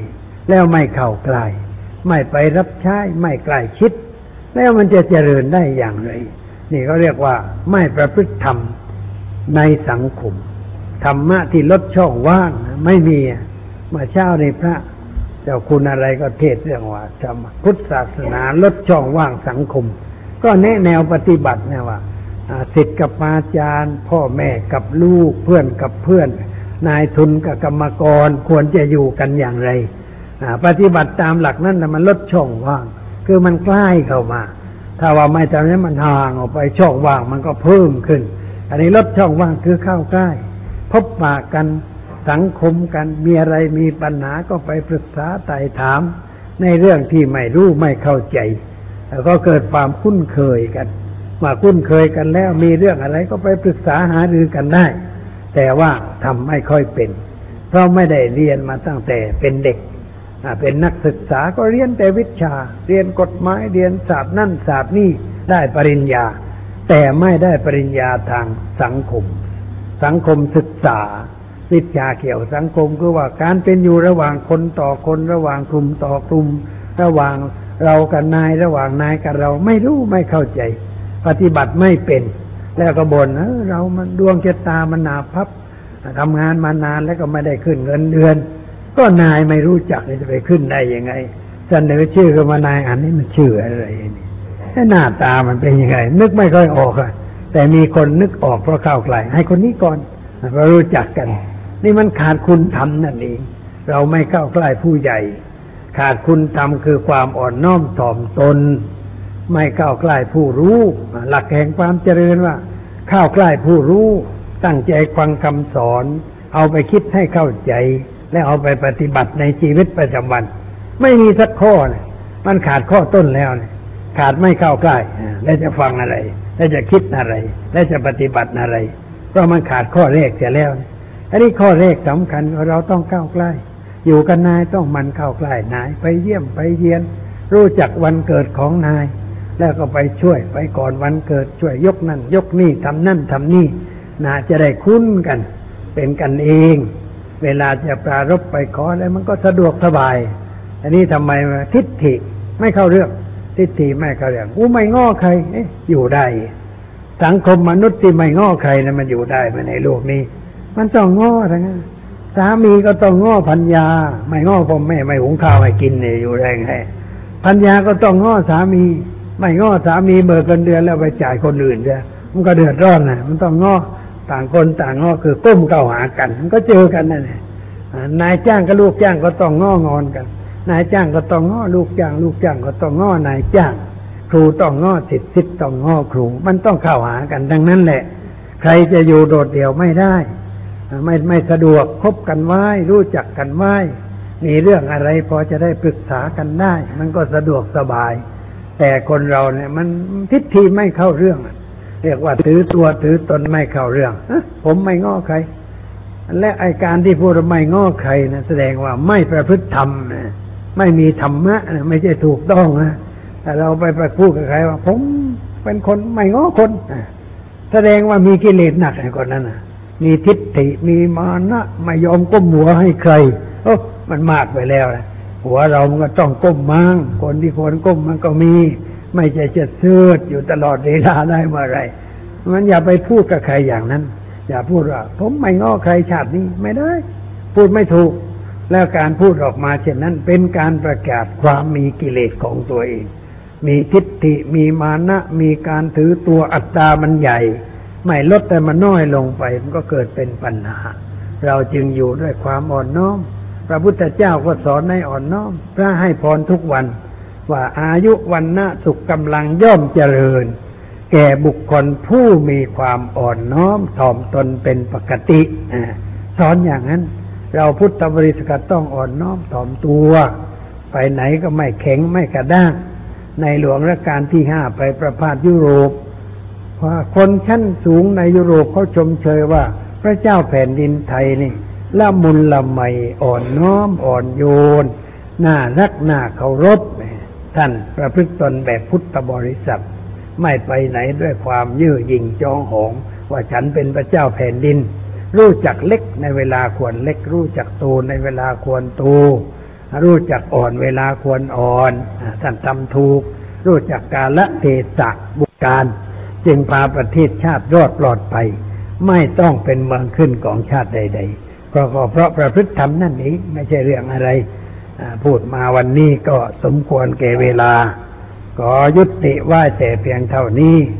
แล้วไม่เข้าใกล้ไม่ไปรับใช้ไม่ใกล้ชิดแล้วมันจะเจริญได้อย่างไรนี่ก็เรียกว่าไม่ประพฤติธรรมในสังคมธรรมะที่ลดช่องว่างไม่มีเมื่อเช้าในพระเจ้าคุณอะไรก็เทศเรื่องว่าธรรมพุทธศาสนาลดช่องว่างสังคมก็แนะแนวปฏิบัตินะว่าศิษย์กับอาจารย์พ่อแม่กับลูกเพื่อนกับเพื่อนนายทุนกับกรรมกรควรจะอยู่กันอย่างไรปฏิบัติตามหลักนั้นมันลดช่องว่างคือมันใกล้เข้ามาถ้าว่าไม่ตามนี้มันห่างออกไปช่องว่างมันก็เพิ่มขึ้นอันนี้ลดช่องว่างคือเข้าใกล้พบปะกันสังคมกันมีอะไรมีปัญหาก็ไปปรึกษาไต่ถามในเรื่องที่ไม่รู้ไม่เข้าใจแล้วก็เกิดความคุ้นเคยกันมาคุ้นเคยกันแล้วมีเรื่องอะไรก็ไปปรึกษาหารือกันได้แต่ว่าทำไม่ค่อยเป็นเพราะไม่ได้เรียนมาตั้งแต่เป็นเด็กเป็นนักศึกษาก็เรียนแต่วิชาเรียนกฎหมายเรียนศาสตร์นั่นศาสตร์นี่ได้ปริญญาแต่ไม่ได้ปริญญาทางสังคมศึกษาวิชาเกี่ยวสังคมคือว่าการเป็นอยู่ระหว่างคนต่อคนระหว่างกลุ่มต่อกลุ่มระหว่างเรากับนายระหว่างนายกับเราไม่รู้ไม่เข้าใจปฏิบัติไม่เป็นแล้วก็บ่นเรามันดวงชะตามันหนาพับทำงานมานานแล้วก็ไม่ได้ขึ้นเงินเดือนก็นายไม่รู้จักจะไปขึ้นได้ยังไงเสนอชื่อก็มานายอันนี้มันชื่ออะไรนี่หน้าตามันเป็นยังไงนึกไม่ค่อยออกแต่มีคนนึกออกเพราะเข้าใกล้ให้คนนี้ก่อนเพราะรู้จักกันนี่มันขาดคุณธรรมนั่นเองเราไม่เข้าใกล้ผู้ใหญ่ขาดคุณธรรมคือความอ่อนน้อมถ่อมตนไม่เข้าใกล้ผู้รู้หลักแห่งความเจริญว่าเข้าใกล้ผู้รู้ตั้งใจฟังคำสอนเอาไปคิดให้เข้าใจและเอาไปปฏิบัติในชีวิตประจำวันไม่มีสักข้อนะมันขาดข้อต้นแล้วนะขาดไม่เข้าใกล้แล้วจะฟังอะไรแล้วจะคิดอะไรแล้วจะปฏิบัติอะไรเพราะมันขาดข้อแรกเสียแล้วนะอันนี้ข้อแรกสำคัญเราต้องเข้าใกล้อยู่กับนายต้องมันเข้าใกล้นายไปเยี่ยมไปเยียนรู้จักวันเกิดของนายแล้วก็ไปช่วยไปก่อนวันเกิดช่วยยกนั่นยกนี่ทำนั่นทำนี่น่าจะได้คุ้นกันเป็นกันเองเวลาจะปรารภไปขออะไรมันก็สะดวกสบายอันนี้ทำไมทิฏฐิไม่เข้าเรื่องทิฏฐิไม่เข้าเรื่องไม่ง้อใครอยู่ได้สังคมมนุษย์ที่ไม่ง้อใครนะมันอยู่ได้ไหมในโลกนี้มันต้องง้อทั้งนั้นสามีก็ต้องง้อภรรยาไม่ง้อพ่อแม่ไม่หุงข้าวให้กินเนี่ยอยู่ได้ไงภรรยาก็ต้องง้อสามีไม่ง้อสามีเบิกเงินเดือนแล้วไปจ่ายคนอื่นเนี่ยมันก็เดือดร้อนนะมันต้องง้อต่างคนต่างง้อคือก้มเข้าหากันมันก็เจอกันนั่นแหละนายจ้างกับลูกจ้างก็ต้องง้องอนกันนายจ้างก็ต้องง้อลูกจ้างลูกจ้างก็ต้องง้อนายจ้างครูต้องง้อศิษย์ศิษย์ต้องง้อครูมันต้องเข้าหากันดังนั้นแหละใครจะอยู่โดดเดี่ยวไม่ได้ไม่สะดวกคบกันไว้รู้จักกันไว้มีเรื่องอะไรพอจะได้ปรึกษากันได้มันก็สะดวกสบายแต่คนเราเนี่ยมันทิฏฐิไม่เข้าเรื่องเรียกว่าถือตัวถือตนไม่เข้าเรื่องผมไม่ง้อใครและไอ้การที่พูดไม่ง้อใครนะแสดงว่าไม่ประพฤติธรรมนะไม่มีธรรมะนะไม่ใช่ถูกต้องนะแต่เราไปพูดกับใครว่าผมเป็นคนไม่ง้อคนแสดงว่ามีกิเลสหนักไอ้คนนั้นนะมีทิฏฐิมีมานะไม่ยอมก้มหัวให้ใครมันมากไปแล้วนะหัวเรามันก็ต้องก้มมั่งคนที่ควรก้มมันก็มีไม่ใช่จะเสื่ออยู่ตลอดเวลาได้เมื่อไรมันอย่าไปพูดกับใครอย่างนั้นอย่าพูดว่าผมไม่ง้อใครชาตินี้ไม่ได้พูดไม่ถูกแล้วการพูดออกมาเช่นนั้นเป็นการประกาศความมีกิเลสของตัวเองมีทิฏฐิมีมานะมีการถือตัวอัตตามันใหญ่ไม่ลดแต่มันน้อยลงไปมันก็เกิดเป็นปัญหาเราจึงอยู่ด้วยความอ่อนน้อมพระพุทธเจ้าก็สอนให้อ่อนน้อมพระให้พรทุกวันว่าอายุวันนะสุขกำลังย่อมเจริญแก่บุคคลผู้มีความอ่อนน้อมถ่อมตนเป็นปกติสอนอย่างนั้นเราพุทธบริษัทต้องอ่อนน้อมถ่อมตัวไปไหนก็ไม่แข็งไม่กระด้างในหลวงรัชกาลที่ 5ไปประพาสยุโรปคนชั้นสูงในยุโรปเขาชมเชยว่าพระเจ้าแผ่นดินไทยนี่ละมุนละไมอ่อนน้อมอ่อนโยนน่ารักน่าเคารพท่านประพฤติตนแบบพุทธบริษัทไม่ไปไหนด้วยความเย่อหยิ่งจองหองว่าฉันเป็นพระเจ้าแผ่นดินรู้จักเล็กในเวลาควรเล็กรู้จักโตในเวลาควรโตรู้จักอ่อนเวลาควรอ่อนท่านทำถูกรู้จักกาลเทศะบุการจึงพาประเทศชาติรอดปลอดภัยไม่ต้องเป็นเมืองขึ้นของชาติใดๆก็เพราะประพฤติธรรมนั่นเองไม่ใช่เรื่องอะไรพูดมาวันนี้ก็สมควรแก่เวลาขอยุติไว้แต่เพียงเท่านี้